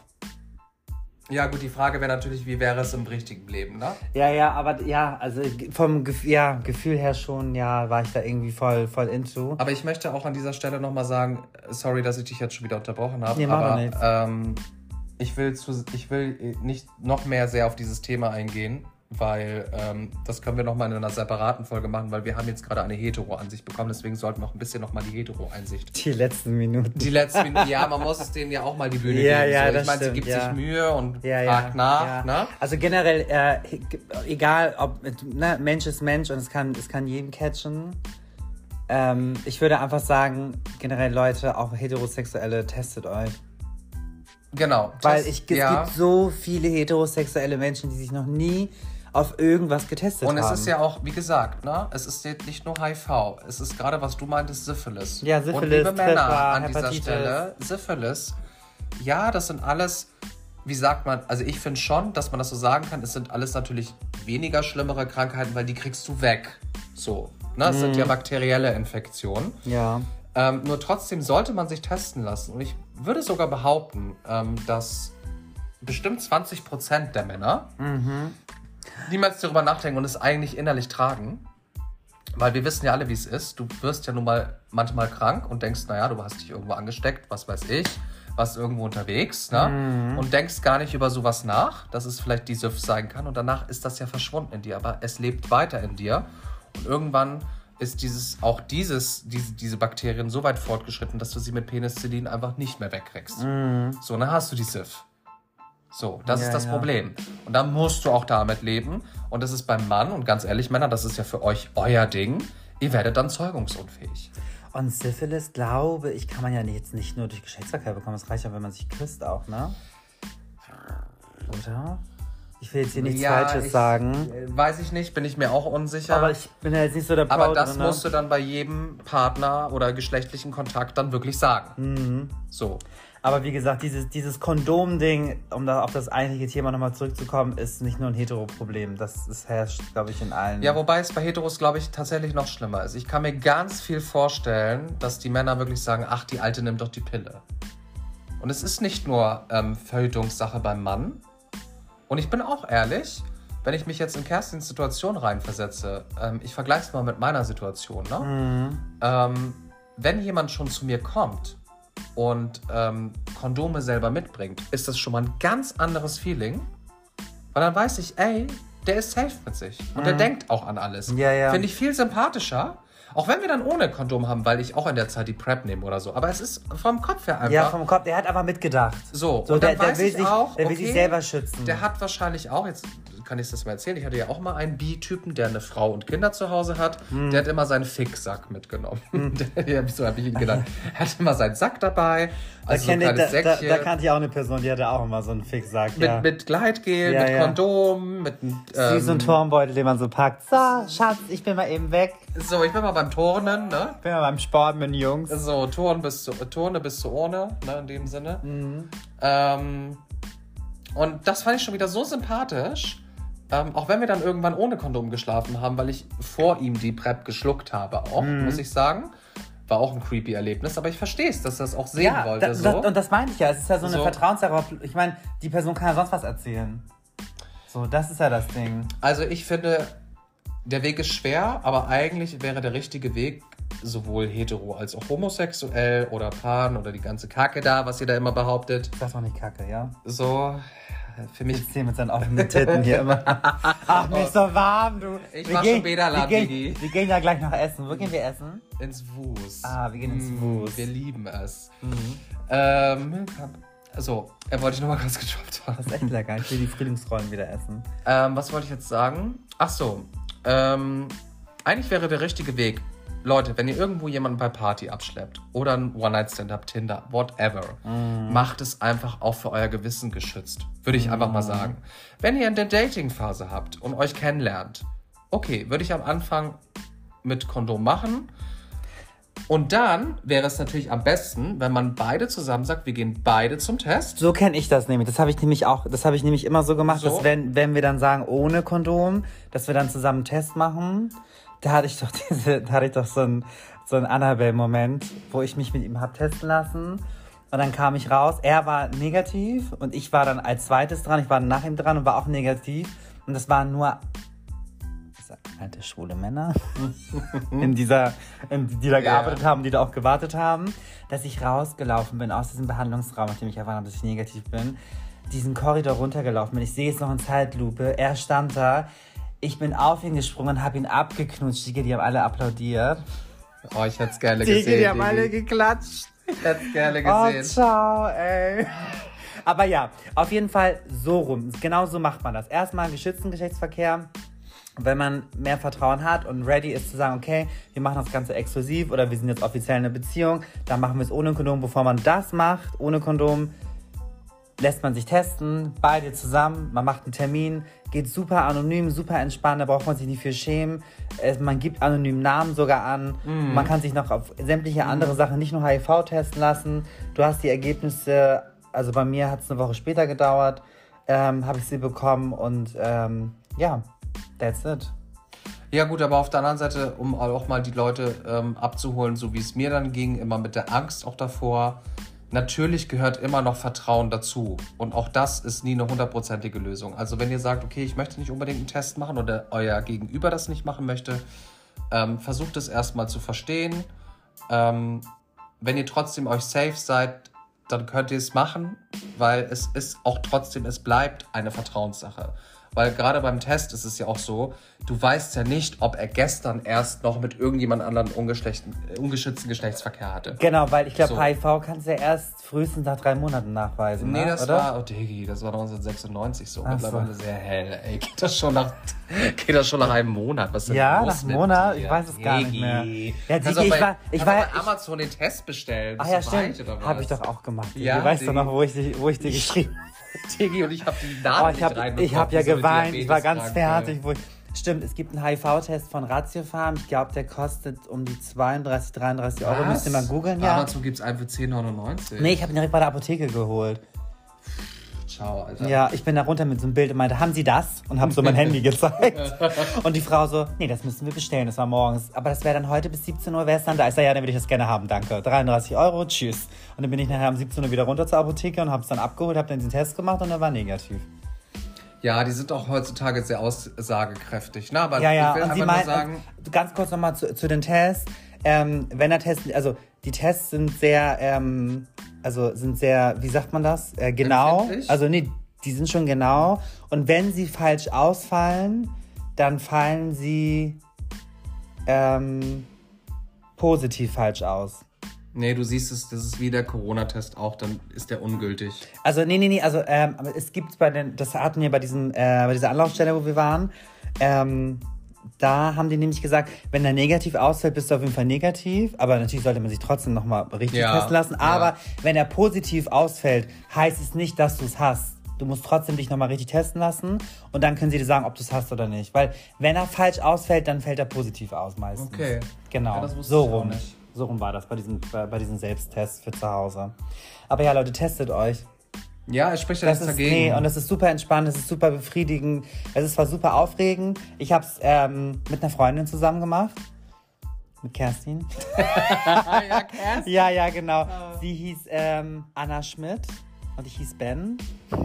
S1: Ja, gut, die Frage wäre natürlich, wie wäre es im richtigen Leben, ne?
S2: Ja, ja, aber ja, also vom Gef- ja, Gefühl her schon, ja, war ich da irgendwie voll, voll into.
S1: Aber ich möchte auch an dieser Stelle nochmal sagen, sorry, dass ich dich jetzt schon wieder unterbrochen habe,
S2: nee,
S1: aber ähm, ich, will zu, ich will nicht noch mehr sehr auf dieses Thema eingehen, weil ähm, das können wir nochmal in einer separaten Folge machen, weil wir haben jetzt gerade eine Hetero-Ansicht bekommen, deswegen sollten wir auch ein bisschen nochmal die Hetero-Einsicht.
S2: Die letzten Minuten.
S1: Die letzten Minuten, ja, man muss es denen ja auch mal die Bühne
S2: ja,
S1: geben.
S2: Ja,
S1: so.
S2: das
S1: Ich meine, sie
S2: stimmt,
S1: gibt
S2: ja.
S1: sich Mühe und
S2: ja,
S1: fragt
S2: ja,
S1: nach.
S2: Ja.
S1: Ne?
S2: Also generell, äh, egal, ob ne, Mensch ist Mensch und es kann, es kann jeden catchen. Ähm, ich würde einfach sagen, generell Leute, auch Heterosexuelle, testet euch.
S1: Genau.
S2: Weil
S1: Test,
S2: ich, es
S1: ja.
S2: gibt so viele heterosexuelle Menschen, die sich noch nie auf irgendwas getestet
S1: und
S2: haben.
S1: Und es ist ja auch, wie gesagt, ne, es ist nicht nur H I V, es ist gerade, was du meintest, Syphilis.
S2: Ja, Syphilis,
S1: und liebe Männer
S2: Tripper,
S1: an
S2: Hepatitis.
S1: dieser Stelle, Syphilis, ja, das sind alles, wie sagt man, also ich finde schon, dass man das so sagen kann, es sind alles natürlich weniger schlimmere Krankheiten, weil die kriegst du weg. So, ne, es mm. sind ja bakterielle Infektionen.
S2: Ja.
S1: Ähm, nur trotzdem sollte man sich testen lassen. Und ich würde sogar behaupten, ähm, dass bestimmt zwanzig Prozent der Männer
S2: mhm.
S1: niemals darüber nachdenken und es eigentlich innerlich tragen. Weil wir wissen ja alle, wie es ist. Du wirst ja nun mal manchmal krank und denkst, naja, du hast dich irgendwo angesteckt, was weiß ich, warst irgendwo unterwegs, ne? Mhm. Und denkst gar nicht über sowas nach, dass es vielleicht die Syph sein kann. Und danach ist das ja verschwunden in dir. Aber es lebt weiter in dir. Und irgendwann ist dieses, auch dieses, diese, diese Bakterien so weit fortgeschritten, dass du sie mit Penicillin einfach nicht mehr wegkriegst. Mhm. So, dann hast du die Syph. So, das ja, ist das ja. Problem. Und dann musst du auch damit leben. Und das ist beim Mann, und ganz ehrlich, Männer, das ist ja für euch euer Ding. Ihr werdet dann zeugungsunfähig.
S2: Und Syphilis, glaube ich, kann man ja jetzt nicht nur durch Geschlechtsverkehr bekommen. Das reicht ja, wenn man sich küsst auch, ne? Oder? Ich will jetzt hier nichts
S1: ja,
S2: Falsches
S1: ich,
S2: sagen.
S1: Weiß ich nicht, bin ich mir auch unsicher.
S2: Aber ich bin ja jetzt nicht so der Proud,
S1: Aber das
S2: oder?
S1: musst du dann bei jedem Partner oder geschlechtlichen Kontakt dann wirklich sagen.
S2: Mhm.
S1: So.
S2: Aber wie gesagt, dieses, dieses Kondom-Ding, um da auf das eigentliche Thema nochmal zurückzukommen, ist nicht nur ein Hetero-Problem. Das, das herrscht, glaube ich, in allen.
S1: Ja, wobei es bei Heteros, glaube ich, tatsächlich noch schlimmer ist. Ich kann mir ganz viel vorstellen, dass die Männer wirklich sagen, ach, die Alte nimmt doch die Pille. Und es ist nicht nur ähm, Verhütungssache beim Mann. Und ich bin auch ehrlich, wenn ich mich jetzt in Kerstins Situation reinversetze, ähm, ich vergleiche es mal mit meiner Situation, ne? Mhm. Ähm, wenn jemand schon zu mir kommt und ähm, Kondome selber mitbringt, ist das schon mal ein ganz anderes Feeling. Weil dann weiß ich, ey, der ist safe mit sich. Und
S2: Mhm.
S1: der denkt auch an alles.
S2: Ja, ja.
S1: Finde ich viel sympathischer. Auch wenn wir dann ohne Kondom haben, weil ich auch in der Zeit die PrEP nehme oder so. Aber es ist vom Kopf her einfach.
S2: Ja, vom Kopf, der hat aber mitgedacht.
S1: So,
S2: so
S1: und
S2: der,
S1: dann weiß
S2: der will,
S1: ich
S2: sich,
S1: auch,
S2: der will
S1: okay,
S2: sich selber schützen.
S1: Der hat wahrscheinlich auch, jetzt kann ich das mal erzählen, ich hatte ja auch mal einen Bi-Typen, der eine Frau und Kinder zu Hause hat.
S2: Hm.
S1: Der hat immer seinen Ficksack mitgenommen. Hm. Der, so habe ich ihn genannt. Er hat immer seinen Sack dabei. Also
S2: da,
S1: so ein
S2: ich, da,
S1: kleines
S2: da,
S1: Säckchen.
S2: da kannte ich auch eine Person, die hatte auch immer so einen Fixsack.
S1: Mit,
S2: ja.
S1: mit Gleitgel,
S2: Ja,
S1: mit
S2: ja.
S1: Kondom, mit ähm,
S2: Wie so ein Turmbeutel, den man so packt. So, Schatz, ich bin mal eben weg.
S1: So, ich bin mal beim Turnen, ne?
S2: Ich bin mal beim Sport mit den Jungs.
S1: So, Turn bis zu, Turne bis zur Urne, ne, in dem Sinne.
S2: Mhm.
S1: Ähm, und das fand ich schon wieder so sympathisch. Ähm, auch wenn wir dann irgendwann ohne Kondom geschlafen haben, weil ich vor ihm die PrEP geschluckt habe auch,
S2: Mhm.
S1: muss ich sagen. War auch ein creepy Erlebnis, aber ich verstehe es, dass er das auch sehen
S2: Ja,
S1: wollte.
S2: da,
S1: so.
S2: das, und das meinte ich ja. Es ist ja so eine
S1: So.
S2: Vertrauenssache. Ich meine, die Person kann ja sonst was erzählen. So, das ist ja das Ding.
S1: Also ich finde, der Weg ist schwer, aber eigentlich wäre der richtige Weg, sowohl hetero als auch homosexuell oder pan oder die ganze Kacke da, was ihr da immer behauptet.
S2: Das ist doch nicht kacke, ja?
S1: So, für mich...
S2: Ich sehe mit seinen offenen Titten hier immer. Ach, mir ist so warm, du.
S1: Ich
S2: Wir
S1: mach
S2: gehen-
S1: schon Bäderland,
S2: wir gehen,
S1: Digi.
S2: wir gehen ja gleich noch essen. Wo gehen wir essen?
S1: Ins Wus.
S2: Ah, wir gehen ins
S1: Mm,
S2: Wus.
S1: Wir lieben es.
S2: Mhm.
S1: Ähm, so, er wollte ich nochmal kurz gejobbt haben.
S2: Das ist echt lecker. Ich will die Frühlingsrollen wieder essen.
S1: Ähm, was wollte ich jetzt sagen? Ach so, ähm, eigentlich wäre der richtige Weg, Leute, wenn ihr irgendwo jemanden bei Party abschleppt oder ein One-Night-Stand habt, Tinder, whatever,
S2: Mm.
S1: macht es einfach auch für euer Gewissen geschützt. Würde ich einfach mal sagen. Wenn ihr in der Dating-Phase habt und euch kennenlernt, okay, würde ich am Anfang mit Kondom machen. Und dann wäre es natürlich am besten, wenn man beide zusammen sagt, wir gehen beide zum Test.
S2: So kenne ich das nämlich. Das habe ich nämlich auch, das habe ich nämlich immer so gemacht,
S1: So?
S2: dass wenn, wenn wir dann sagen, ohne Kondom, dass wir dann zusammen einen Test machen. Da hatte ich doch diese, da hatte ich doch so einen, so einen Annabelle-Moment, wo ich mich mit ihm hab testen lassen. Und dann kam ich raus, er war negativ und ich war dann als zweites dran, ich war nach ihm dran und war auch negativ. Und das waren nur alte schwule Männer, in dieser, in, die da gearbeitet
S1: Ja.
S2: haben, die da auch gewartet haben, dass ich rausgelaufen bin aus diesem Behandlungsraum, nachdem ich erfahren habe, dass ich negativ bin, diesen Korridor runtergelaufen bin. Ich sehe es noch in Zeitlupe. Er stand da. Ich bin auf ihn gesprungen, habe ihn abgeknutscht. Die, die haben alle applaudiert.
S1: Oh, ich hätte es gerne
S2: Die,
S1: gesehen.
S2: die haben
S1: Digi.
S2: alle geklatscht.
S1: Ich hätte es gerne
S2: Oh,
S1: gesehen.
S2: ciao, ey. Aber ja, auf jeden Fall so rum. Genau so macht man das. Erstmal geschützten Geschlechtsverkehr. Wenn man mehr Vertrauen hat und ready ist zu sagen, okay, wir machen das Ganze exklusiv oder wir sind jetzt offiziell in einer Beziehung, dann machen wir es ohne Kondom. Bevor man das macht, ohne Kondom, lässt man sich testen, beide zusammen, man macht einen Termin, geht super anonym, super entspannt, da braucht man sich nicht für schämen. Es, man gibt anonym Namen sogar an,
S1: Mhm.
S2: man kann sich noch auf sämtliche andere Sachen, nicht nur H I V testen lassen. Du hast die Ergebnisse, also bei mir hat es eine Woche später gedauert, ähm, habe ich sie bekommen und ähm, ja, that's it.
S1: Ja gut, aber auf der anderen Seite, um auch mal die Leute ähm, abzuholen, so wie es mir dann ging, immer mit der Angst auch davor, natürlich gehört immer noch Vertrauen dazu. Und auch das ist nie eine hundertprozentige Lösung. Also wenn ihr sagt, okay, ich möchte nicht unbedingt einen Test machen oder euer Gegenüber das nicht machen möchte, ähm, versucht es erstmal zu verstehen. Ähm, wenn ihr trotzdem euch safe seid, dann könnt ihr es machen, weil es ist auch trotzdem, es bleibt eine Vertrauenssache. Weil gerade beim Test ist es ja auch so, du weißt ja nicht, ob er gestern erst noch mit irgendjemand anderen ungeschlechten- äh, ungeschützten Geschlechtsverkehr hatte.
S2: Genau, weil ich glaube,
S1: So.
S2: H I V kannst du ja erst frühestens nach drei Monaten nachweisen.
S1: Nee,
S2: ne?
S1: das
S2: oder?
S1: war, oh Digi, das war neunzehnhundertsechsundneunzig so.
S2: Ach so.
S1: Mittlerweile sehr hell. Ey, geht das schon nach, geht das schon nach einem Monat? Was ist denn
S2: Ja,
S1: los
S2: nach einem
S1: mit
S2: Monat?
S1: dir?
S2: Ich weiß es gar nicht mehr.
S1: Digi.
S2: Ja,
S1: Kannst
S2: Digi,
S1: auch
S2: ich
S1: bei,
S2: war- ich
S1: kannst
S2: war-
S1: auch bei Amazon den Test bestellen.
S2: Ach
S1: Bist
S2: ja,
S1: du weit,
S2: stimmt.
S1: oder was?
S2: Habe ich doch auch gemacht. Digi.
S1: Ja,
S2: weißt du
S1: Digi.
S2: noch, wo ich, dich- wo ich dir geschrieben
S1: Digi, und ich habe die
S2: habe?
S1: Nadel
S2: Oh, ich
S1: nicht
S2: habe
S1: reinbekommen.
S2: ich hab ja
S1: wie so eine
S2: geweint. Ich war ganz
S1: Diabeteskranke.
S2: fertig. Wo ich, stimmt, es gibt einen H I V-Test von Ratiofarm. Ich glaube, der kostet um die zweiunddreißig, dreiunddreißig Euro. Müsst ihr mal googeln,
S1: Bei
S2: ja.
S1: Amazon gibt es einen für zehn neunundneunzig.
S2: Nee, ich habe ihn direkt bei der Apotheke geholt.
S1: Ciao, Alter.
S2: Ja, ich bin da runter mit so einem Bild und meinte, haben Sie das? Und habe so mein Handy gezeigt. Und die Frau so, nee, das müssen wir bestellen, das war morgens. Aber das wäre dann heute bis siebzehn Uhr, wäre es dann da. Ich sage, ja, dann würde ich das gerne haben, danke. dreiunddreißig Euro, tschüss. Und dann bin ich nachher um siebzehn Uhr wieder runter zur Apotheke und habe es dann abgeholt, habe dann den Test gemacht und er war negativ.
S1: Ja, die sind auch heutzutage sehr aussagekräftig. Ne? Aber
S2: Ja, ja,
S1: ich will
S2: und
S1: einfach
S2: sie
S1: nur
S2: meinen,
S1: sagen,
S2: ganz kurz nochmal zu, zu den Tests. Ähm, wenn der Test, also die Tests sind sehr, ähm, also sind sehr, wie sagt man das? Äh, genau.
S1: Empfindlich?
S2: Also nee, die sind schon genau. Und wenn sie falsch ausfallen, dann fallen sie ähm, positiv falsch aus.
S1: Nee, du siehst es, das ist wie der Corona-Test auch, dann ist der ungültig.
S2: Also, nee, nee, nee, also, ähm, aber es gibt bei den, das hatten wir bei diesem, äh, bei dieser Anlaufstelle, wo wir waren, ähm, da haben die nämlich gesagt, wenn er negativ ausfällt, bist du auf jeden Fall negativ, aber natürlich sollte man sich trotzdem nochmal richtig
S1: ja,
S2: testen lassen, aber
S1: ja.
S2: wenn er positiv ausfällt, heißt es nicht, dass du es hast. Du musst trotzdem dich nochmal richtig testen lassen und dann können sie dir sagen, ob du es hast oder nicht, weil wenn er falsch ausfällt, dann fällt er positiv aus meistens.
S1: Okay.
S2: Genau,
S1: Ja, das wusste
S2: so
S1: ich auch
S2: rum.
S1: nicht.
S2: So rum war das bei diesen, bei, bei diesen Selbsttests für zu Hause. Aber ja, Leute, testet euch.
S1: Ja, es spricht ja
S2: Das
S1: nichts
S2: ist,
S1: dagegen.
S2: nee, und es ist super entspannt, es ist super befriedigend. Es ist zwar super aufregend. Ich habe es ähm, mit einer Freundin zusammen gemacht. Mit Kerstin.
S1: ja, Kerstin.
S2: Ja, ja, genau. Sie hieß ähm, Anna Schmidt und ich hieß Ben.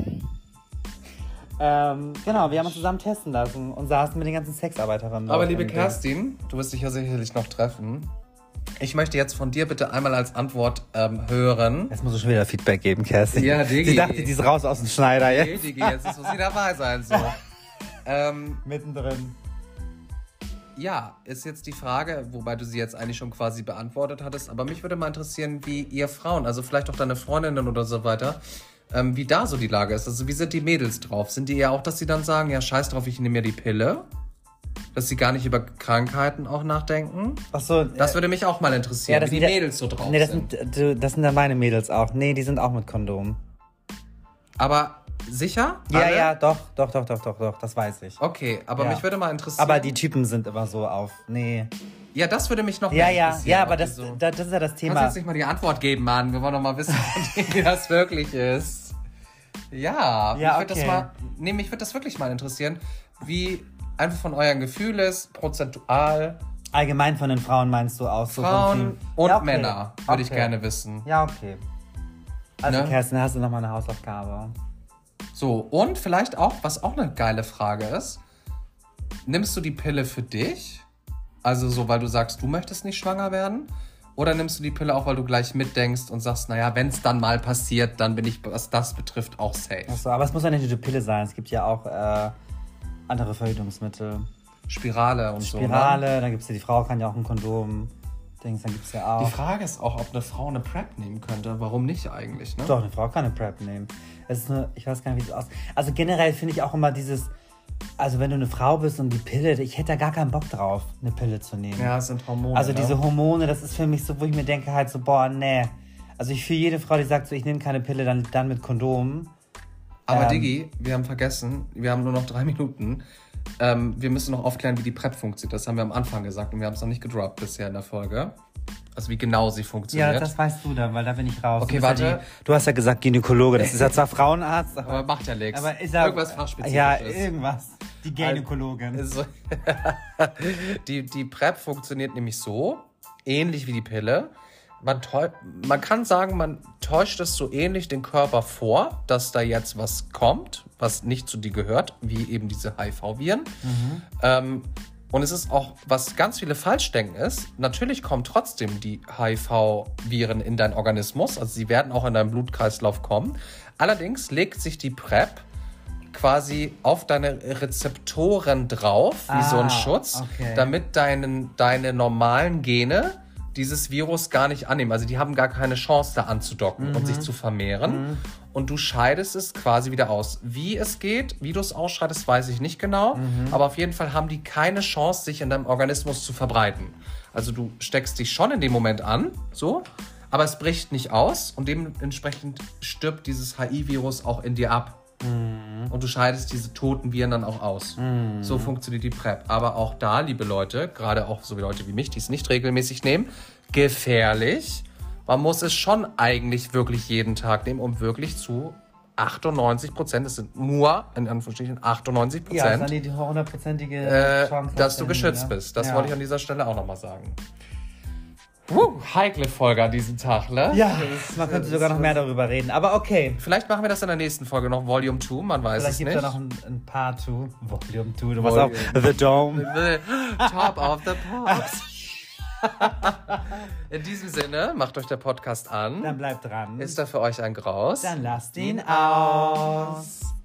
S2: ähm, genau, wir haben uns zusammen testen lassen und saßen mit den ganzen Sexarbeiterinnen.
S1: Aber
S2: dort
S1: liebe
S2: im-
S1: Kerstin, du wirst dich ja sicherlich noch treffen. Ich möchte jetzt von dir bitte einmal als Antwort ähm, hören.
S2: Jetzt muss ich schon wieder Feedback geben, Kerstin.
S1: Ja, Digi.
S2: Sie dachte, die ist raus aus dem Schneider jetzt.
S1: Hey, Digi, jetzt ist was sie dabei sein so. ähm,
S2: Mittendrin.
S1: ja, ist jetzt die Frage, wobei du sie jetzt eigentlich schon quasi beantwortet hattest, aber mich würde mal interessieren, wie ihr Frauen, also vielleicht auch deine Freundinnen oder so weiter, ähm, wie da so die Lage ist. Also wie sind die Mädels drauf? Sind die eher auch, dass sie dann sagen, ja scheiß drauf, ich nehme mir die Pille? Dass sie gar nicht über Krankheiten auch nachdenken?
S2: Ach so,
S1: Das würde mich auch mal interessieren,
S2: Ja, das
S1: wie die
S2: sind ja-
S1: Mädels so drauf
S2: nee, das
S1: sind.
S2: sind, du, das sind dann meine Mädels auch. Nee, die sind auch mit Kondom.
S1: Aber sicher?
S2: Ja,
S1: Alle?
S2: ja, doch, doch, doch, doch, doch, doch, das weiß ich.
S1: Okay, aber
S2: Ja.
S1: mich würde mal interessieren.
S2: Aber die Typen sind immer so auf, nee.
S1: Ja, das würde mich noch
S2: Ja,
S1: mehr
S2: ja,
S1: interessieren.
S2: ja, aber
S1: ob die
S2: das,
S1: so-
S2: das, das ist ja das
S1: Kannst du
S2: Thema.
S1: jetzt nicht mal die Antwort geben, Mann? Wir wollen doch mal wissen, von denen, wie das wirklich ist. Ja,
S2: Ja,
S1: mich würde das
S2: okay.
S1: mal, nee, mich würde das wirklich mal interessieren, wie einfach von euren Gefühlen ist, prozentual,
S2: Allgemein von den Frauen meinst du aus? so
S1: Frauen
S2: vom Team?
S1: und
S2: Ja, okay.
S1: Männer, würde ich
S2: Okay.
S1: gerne wissen.
S2: Ja, okay. Also,
S1: Ne?
S2: Kerstin, hast du nochmal eine Hausaufgabe?
S1: So, und vielleicht auch, was auch eine geile Frage ist, nimmst du die Pille für dich? Also so, weil du sagst, du möchtest nicht schwanger werden? Oder nimmst du die Pille auch, weil du gleich mitdenkst und sagst, naja, wenn es dann mal passiert, dann bin ich, was das betrifft, auch safe.
S2: Achso, aber es muss ja nicht nur die Pille sein. Es gibt ja auch äh, andere Verhütungsmittel.
S1: Spirale und so.
S2: Spirale, dann gibt es ja, die Frau kann ja auch ein Kondom. Dings, dann gibt es ja
S1: Ne?
S2: auch.
S1: Die Frage ist auch, ob eine Frau eine PrEP nehmen könnte. Warum nicht eigentlich, ne?
S2: Doch, eine Frau kann eine PrEP nehmen. Es ist nur, ich weiß gar nicht, wie es aussieht. Also generell finde ich auch immer dieses, also wenn du eine Frau bist und die Pille, ich hätte da gar keinen Bock drauf, eine Pille zu nehmen.
S1: Ja, es sind Hormone.
S2: Also
S1: ne?
S2: diese Hormone, das ist für mich so, wo ich mir denke halt so, boah, nee. Also ich für jede Frau, die sagt so, ich nehme keine Pille, dann, dann mit Kondom.
S1: Aber
S2: ähm,
S1: Diggi, wir haben vergessen, wir haben nur noch drei Minuten. Ähm, wir müssen noch aufklären, wie die PrEP funktioniert. Das haben wir am Anfang gesagt und wir haben es noch nicht gedroppt bisher in der Folge. Also wie genau sie funktioniert.
S2: Ja, das weißt du dann, weil da bin ich raus.
S1: Okay,
S2: Du bist
S1: warte.
S2: Ja die, du hast ja gesagt Gynäkologe, das ist ja zwar Frauenarzt, aber,
S1: Aber macht ja nichts.
S2: aber ist ja...
S1: Irgendwas Fachspezifisches.
S2: Ja, irgendwas. Die Gynäkologin.
S1: Also, die, die PrEP funktioniert nämlich so, ähnlich wie die Pille. Man, täu- man kann sagen, man täuscht es so ähnlich den Körper vor, dass da jetzt was kommt, was nicht zu dir gehört, wie eben diese H I V-Viren.
S2: Mhm.
S1: Ähm, und es ist auch, was ganz viele falsch denken ist, natürlich kommen trotzdem die H I V-Viren in deinen Organismus, also sie werden auch in deinen Blutkreislauf kommen. Allerdings legt sich die PrEP quasi auf deine Rezeptoren drauf, wie
S2: Ah,
S1: so ein Schutz,
S2: okay.
S1: damit deinen, deine normalen Gene dieses Virus gar nicht annehmen. Also die haben gar keine Chance, da anzudocken
S2: Mhm.
S1: und sich zu vermehren. Mhm. Und du scheidest es quasi wieder aus. Wie es geht, wie du es ausscheidest, weiß ich nicht genau.
S2: Mhm.
S1: Aber auf jeden Fall haben die keine Chance, sich in deinem Organismus zu verbreiten. Also du steckst dich schon in dem Moment an, so, aber es bricht nicht aus und dementsprechend stirbt dieses H I V-Virus auch in dir ab.
S2: Mhm.
S1: Und du scheidest diese toten Viren dann auch aus.
S2: Mhm.
S1: So funktioniert die PrEP. Aber auch da, liebe Leute, gerade auch so wie Leute wie mich, die es nicht regelmäßig nehmen, gefährlich. Man muss es schon eigentlich wirklich jeden Tag nehmen, um wirklich zu achtundneunzig Prozent, es sind nur, in Anführungsstrichen, achtundneunzig
S2: Ja, das ist
S1: Prozent,
S2: dann die hundertprozentige
S1: äh,
S2: Chance.
S1: dass du
S2: auf den,
S1: geschützt
S2: ja.
S1: bist. Das
S2: ja.
S1: wollte ich an dieser Stelle auch nochmal sagen. Uh, heikle Folge an diesem Tag, ne?
S2: Ja, man könnte sogar noch mehr darüber reden, aber okay.
S1: Vielleicht machen wir das in der nächsten Folge noch, Volume zwei, man weiß
S2: Vielleicht
S1: es
S2: gibt
S1: nicht.
S2: es ja noch ein, ein Part zwei. Volume zwei, du warst
S1: Volume.
S2: auf The Dome.
S1: The Top of the Pops. In diesem Sinne, macht euch der Podcast an.
S2: Dann bleibt dran.
S1: Ist er für euch ein Graus?
S2: Dann lasst ihn aus.